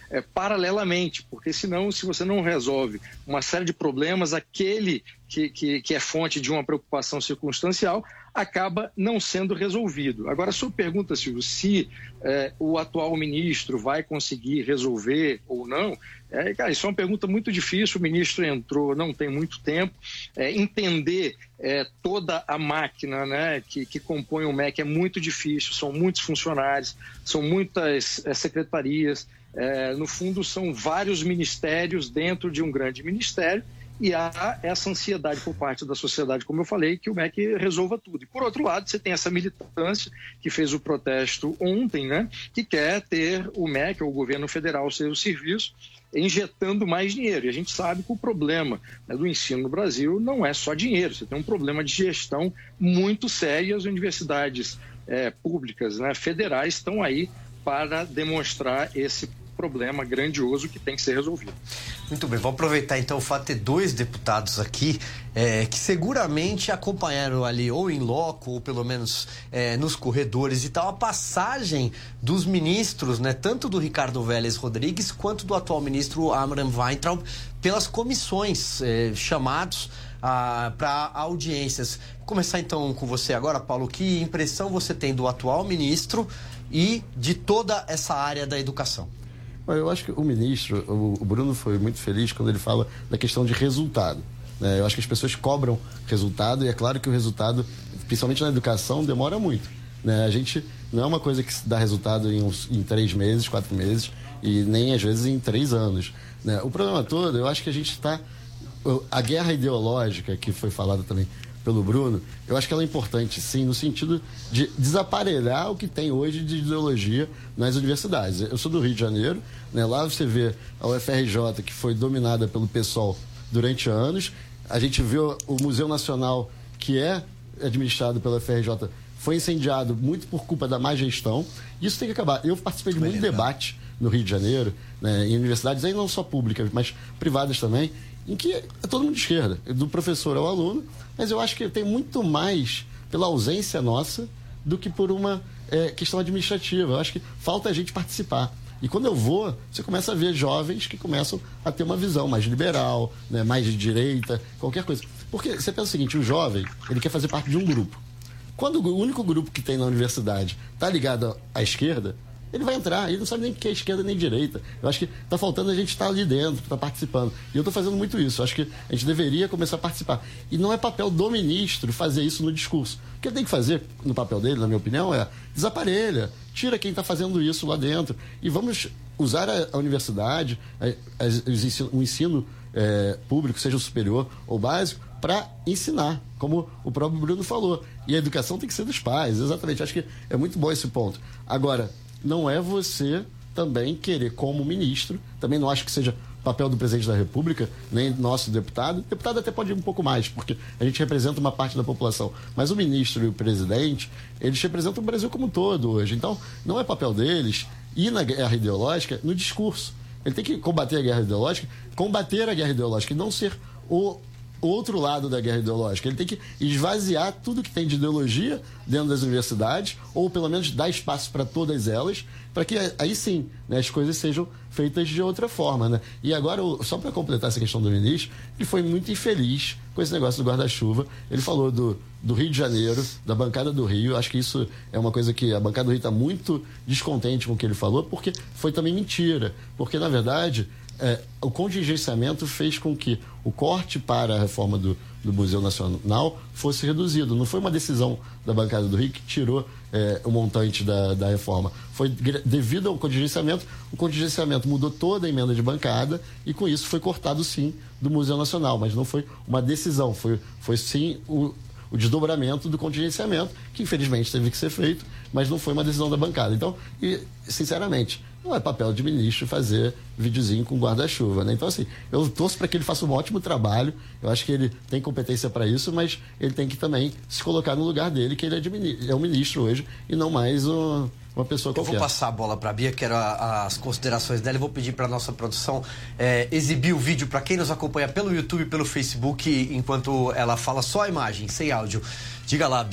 Speaker 5: é, paralelamente, porque senão, se você não resolve uma série de problemas, aquele que, que, que é fonte de uma preocupação circunstancial acaba não sendo resolvido. Agora, a sua pergunta, Silvio, se é, o atual ministro vai conseguir resolver ou não, é, cara, isso é uma pergunta muito difícil. O ministro entrou não tem muito tempo. É, entender é, toda a máquina, né, que, que compõe o M E C é muito difícil. São muitos funcionários, são muitas é, secretarias. É, no fundo, são vários ministérios dentro de um grande ministério. E há essa ansiedade por parte da sociedade, como eu falei, que o M E C resolva tudo. E, por outro lado, você tem essa militância que fez o protesto ontem, né, que quer ter o M E C, ou o governo federal, ao seu serviço, injetando mais dinheiro. E a gente sabe que o problema, né, do ensino no Brasil não é só dinheiro. Você tem um problema de gestão muito sério e as universidades é, públicas, né, federais estão aí para demonstrar esse problema grandioso que tem que ser resolvido.
Speaker 4: Muito bem, vou aproveitar então o fato de ter dois deputados aqui é, que seguramente acompanharam ali ou em loco ou pelo menos é, nos corredores e tal a passagem dos ministros, né, tanto do Ricardo Vélez Rodrigues quanto do atual ministro Abraham Weintraub pelas comissões é, chamados ah, para audiências. Vou começar então com você agora, Paulo. Que impressão você tem do atual ministro e de toda essa área da educação?
Speaker 7: Eu acho que o ministro, o Bruno foi muito feliz quando ele fala da questão de resultado. Eu acho que as pessoas cobram resultado e é claro que o resultado, principalmente na educação, demora muito. A gente não é uma coisa que dá resultado em, uns, em três meses, quatro meses e nem às vezes em três anos. O problema todo, eu acho que a gente está... A guerra ideológica que foi falada também pelo Bruno, eu acho que ela é importante, sim, no sentido de desaparelhar o que tem hoje de ideologia nas universidades. Eu sou do Rio de Janeiro, né? Lá você vê a U F R J, que foi dominada pelo PSOL durante anos. A gente vê o Museu Nacional, que é administrado pela U F R J, foi incendiado muito por culpa da má gestão. Isso tem que acabar. Eu participei de muito debate no Rio de Janeiro, né, em universidades, aí não só públicas, mas privadas também, em que é todo mundo de esquerda, do professor ao aluno, mas eu acho que tem muito mais pela ausência nossa do que por uma é, questão administrativa. Eu acho que falta a gente participar. E quando eu vou, você começa a ver jovens que começam a ter uma visão mais liberal, né, mais de direita, qualquer coisa. Porque você pensa o seguinte, o jovem, ele quer fazer parte de um grupo. Quando o único grupo que tem na universidade está ligado à esquerda, ele vai entrar, ele não sabe nem o que é esquerda nem direita. Eu acho que está faltando a gente estar ali dentro, estar participando. E eu estou fazendo muito isso. Eu acho que a gente deveria começar a participar. E não é papel do ministro fazer isso no discurso. O que ele tem que fazer, no papel dele, na minha opinião, é desaparelha, tira quem está fazendo isso lá dentro. E vamos usar a, a universidade, a, a, o ensino é, público, seja o superior ou básico, para ensinar, como o próprio Bruno falou. E a educação tem que ser dos pais, exatamente. Acho que é muito bom esse ponto. Agora, não é você também querer, como ministro, também não acho que seja papel do presidente da República, nem nosso deputado. O deputado até pode ir um pouco mais, porque a gente representa uma parte da população. Mas o ministro e o presidente, eles representam o Brasil como um todo hoje. Então, não é papel deles ir na guerra ideológica no discurso. Ele tem que combater a guerra ideológica, combater a guerra ideológica e não ser o outro lado da guerra ideológica. Ele tem que esvaziar tudo que tem de ideologia dentro das universidades, ou pelo menos dar espaço para todas elas, para que aí sim, né, as coisas sejam feitas de outra forma, né? E agora, só para completar essa questão do ministro, ele foi muito infeliz com esse negócio do guarda-chuva. Ele falou do, do Rio de Janeiro, da bancada do Rio. Acho que isso é uma coisa que a bancada do Rio está muito descontente com o que ele falou, porque foi também mentira. Porque, na verdade, É, o contingenciamento fez com que o corte para a reforma do, do Museu Nacional fosse reduzido. Não foi uma decisão da bancada do Rio que tirou é, o montante da, da reforma. Foi devido ao contingenciamento. O contingenciamento mudou toda a emenda de bancada e, com isso, foi cortado, sim, do Museu Nacional. Mas não foi uma decisão, foi, foi sim o, o desdobramento do contingenciamento, que, infelizmente, teve que ser feito, mas não foi uma decisão da bancada. Então, e, sinceramente, não é papel de ministro fazer videozinho com guarda-chuva, né? Então, assim, eu torço para que ele faça um ótimo trabalho. Eu acho que ele tem competência para isso, mas ele tem que também se colocar no lugar dele, que ele é, de, é um ministro hoje e não mais um, uma pessoa qualquer.
Speaker 4: Eu vou passar a bola para a Bia, quero a, as considerações dela, e vou pedir para nossa produção é, exibir o vídeo para quem nos acompanha pelo YouTube e pelo Facebook, enquanto ela fala só a imagem, sem áudio. Diga lá, Bia.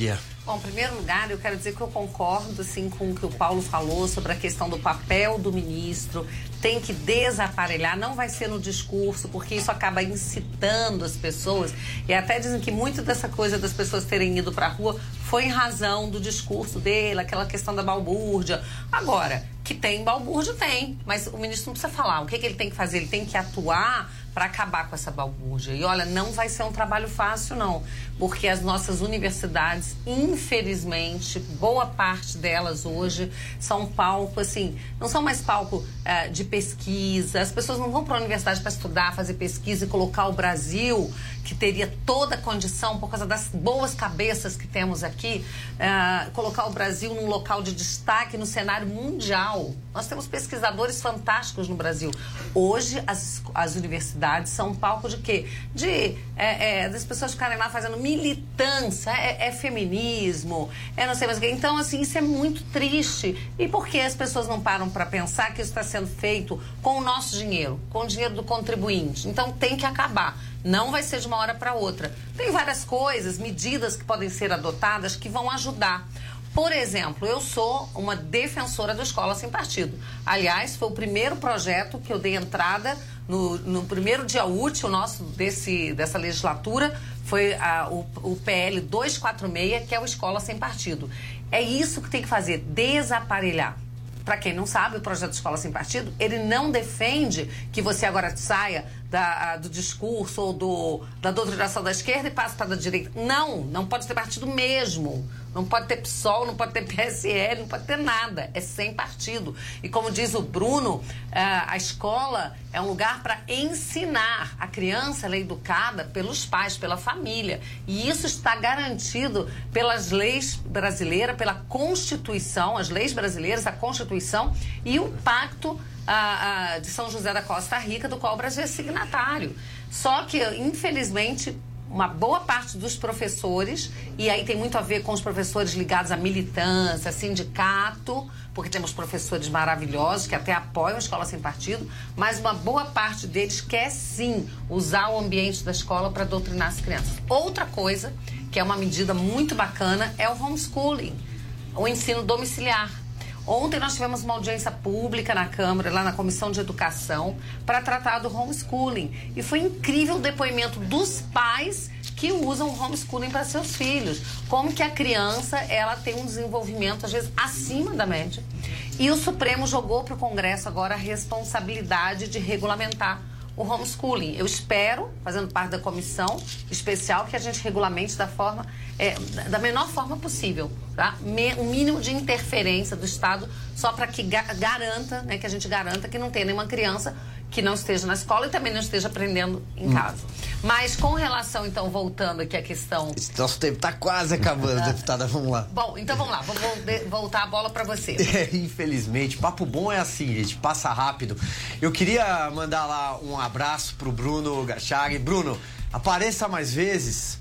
Speaker 6: Bom, em primeiro lugar, eu quero dizer que eu concordo assim, com o que o Paulo falou sobre a questão do papel do ministro. Tem que desaparelhar, não vai ser no discurso, porque isso acaba incitando as pessoas. E até dizem que muito dessa coisa das pessoas terem ido para a rua foi em razão do discurso dele, aquela questão da balbúrdia. Agora, que tem balbúrdia, tem, mas o ministro não precisa falar. O que, que ele tem que fazer? Ele tem que atuar para acabar com essa balbúrdia. E olha, não vai ser um trabalho fácil, não, porque as nossas universidades, infelizmente, boa parte delas hoje são palco, assim, não são mais palco uh, de pesquisa. As pessoas não vão para a universidade para estudar, fazer pesquisa e colocar o Brasil, que teria toda a condição, por causa das boas cabeças que temos aqui, uh, colocar o Brasil num local de destaque no cenário mundial. Nós temos pesquisadores fantásticos no Brasil. Hoje, as, as universidades são um palco de quê? De, é, é, das pessoas ficarem lá fazendo militância, é, é feminismo, é não sei mais o quê. Então, assim, isso é muito triste. E por que as pessoas não param para pensar que isso está sendo feito com o nosso dinheiro, com o dinheiro do contribuinte? Então, tem que acabar. Não vai ser de uma hora para outra. Tem várias coisas, medidas que podem ser adotadas que vão ajudar. Por exemplo, eu sou uma defensora da escola sem partido. Aliás, foi o primeiro projeto que eu dei entrada no, no primeiro dia útil nosso desse, dessa legislatura, foi a, o, o P L duzentos e quarenta e seis, que é o Escola Sem Partido. É isso que tem que fazer, desaparelhar. Para quem não sabe, o projeto de Escola Sem Partido, ele não defende que você agora saia da, do discurso ou do, da doutrinação da esquerda e passe para a da direita. Não, não pode ter partido mesmo. Não pode ter P SOL, não pode ter P S L, não pode ter nada. É sem partido. E como diz o Bruno, a escola é um lugar para ensinar. A criança ela é educada pelos pais, pela família. E isso está garantido pelas leis brasileiras, pela Constituição, as leis brasileiras, a Constituição e o Pacto a, a, de São José da Costa Rica, do qual o Brasil é signatário. Só que, infelizmente, uma boa parte dos professores, e aí tem muito a ver com os professores ligados à militância, sindicato, porque temos professores maravilhosos que até apoiam a Escola Sem Partido, mas uma boa parte deles quer sim usar o ambiente da escola para doutrinar as crianças. Outra coisa, que é uma medida muito bacana, é o homeschooling, o ensino domiciliar. Ontem nós tivemos uma audiência pública na Câmara, lá na Comissão de Educação, para tratar do homeschooling. E foi incrível o depoimento dos pais que usam o homeschooling para seus filhos. Como que a criança ela tem um desenvolvimento, às vezes, acima da média. E o Supremo jogou para o Congresso agora a responsabilidade de regulamentar o homeschooling. Eu espero, fazendo parte da comissão especial, que a gente regulamente da forma, é, da menor forma possível, tá? Me, um mínimo de interferência do Estado, só para que ga garanta, né, que a gente garanta que não tenha nenhuma criança que não esteja na escola e também não esteja aprendendo em hum. casa. Mas com relação, então, voltando aqui à questão...
Speaker 4: Esse nosso tempo está quase acabando, deputada, vamos lá.
Speaker 6: Bom, então vamos lá, vamos voltar a bola para você.
Speaker 4: É, infelizmente, papo bom é assim, gente, passa rápido. Eu queria mandar lá um abraço pro Bruno Garchag. Bruno, apareça mais vezes.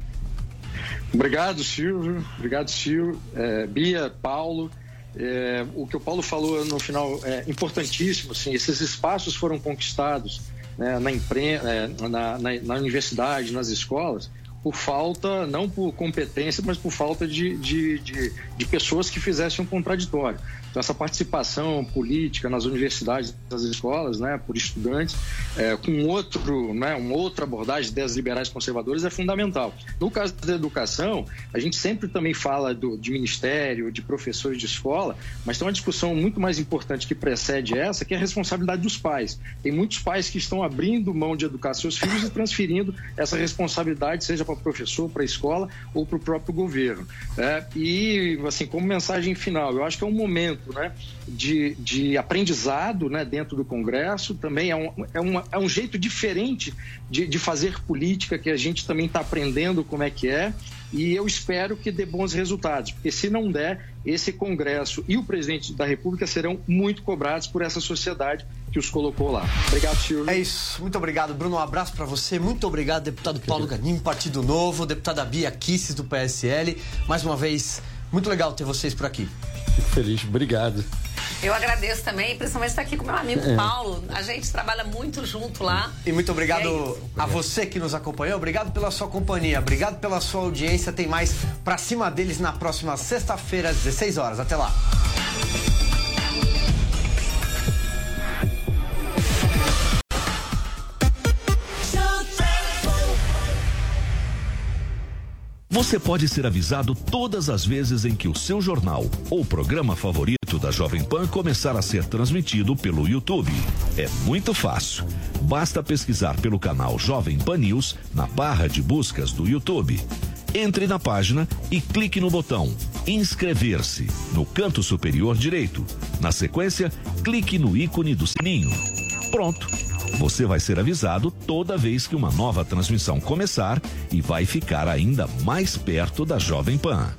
Speaker 5: Obrigado, Silvio. Obrigado, Silvio. É, Bia, Paulo... É, o que o Paulo falou no final é importantíssimo, assim, esses espaços foram conquistados, né, na, imprensa, é, na, na, na universidade, nas escolas, por falta, não por competência, mas por falta de, de, de, de pessoas que fizessem um contraditório. Então, essa participação política nas universidades, nas escolas, né, por estudantes, é, com outro, né, uma outra abordagem das liberais conservadoras é fundamental. No caso da educação, a gente sempre também fala do, de ministério, de professores de escola, mas tem uma discussão muito mais importante que precede essa, que é a responsabilidade dos pais. Tem muitos pais que estão abrindo mão de educar seus filhos e transferindo essa responsabilidade, seja para o professor, para a escola ou para o próprio governo. É, e, assim, como mensagem final, eu acho que é um momento, né, de, de aprendizado, né, dentro do Congresso. Também é um, é uma, é um jeito diferente de, de fazer política, que a gente também está aprendendo como é que é, e eu espero que dê bons resultados, porque se não der, esse Congresso e o presidente da República serão muito cobrados por essa sociedade que os colocou lá. Obrigado, Silvio.
Speaker 4: É isso, muito obrigado, Bruno, um abraço para você, muito obrigado, deputado Paulo Ganim, Partido Novo, deputada Bia Kicis, do P S L, mais uma vez, muito legal ter vocês por aqui.
Speaker 7: Fico feliz, obrigado.
Speaker 6: Eu agradeço também, principalmente estar aqui com meu amigo
Speaker 4: É.
Speaker 6: Paulo. A gente trabalha muito junto lá.
Speaker 4: E muito obrigado
Speaker 6: E é
Speaker 4: a você que nos acompanhou. Obrigado pela sua companhia. Obrigado pela sua audiência. Tem mais Pra Cima Deles na próxima sexta-feira, às dezesseis horas. Até lá.
Speaker 16: Você pode ser avisado todas as vezes em que o seu jornal ou programa favorito da Jovem Pan começar a ser transmitido pelo YouTube. É muito fácil. Basta pesquisar pelo canal Jovem Pan News na barra de buscas do YouTube. Entre na página e clique no botão Inscrever-se no canto superior direito. Na sequência, clique no ícone do sininho. Pronto. Você vai ser avisado toda vez que uma nova transmissão começar e vai ficar ainda mais perto da Jovem Pan.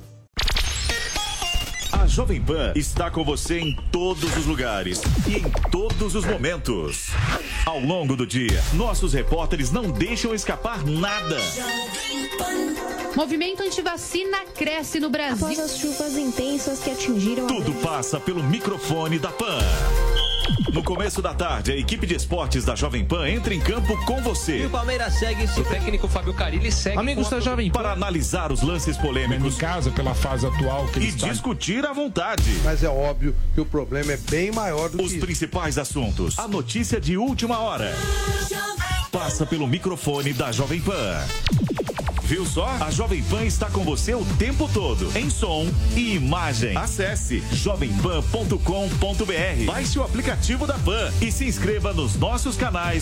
Speaker 11: A Jovem Pan está com você em todos os lugares e em todos os momentos. Ao longo do dia, nossos repórteres não deixam escapar nada.
Speaker 17: Movimento antivacina cresce no Brasil.
Speaker 18: Após as chuvas intensas que atingiram...
Speaker 11: Tudo passa pelo microfone da Pan. No começo da tarde, a equipe de esportes da Jovem Pan entra em campo com você.
Speaker 19: E o Palmeiras segue, o técnico Fábio Carilli segue.
Speaker 11: Amigos da Jovem Pan, para analisar os lances polêmicos.
Speaker 20: Em casa, pela fase atual que
Speaker 11: E
Speaker 20: ele está...
Speaker 11: discutir à vontade.
Speaker 21: Mas é óbvio que o problema é bem maior do
Speaker 11: Os
Speaker 21: que isso.
Speaker 11: principais assuntos. A notícia de última hora. Passa pelo microfone da Jovem Pan. Viu só? A Jovem Pan está com você o tempo todo, em som e imagem. Acesse jovem pan ponto com ponto br. Baixe o aplicativo da Pan e se inscreva nos nossos canais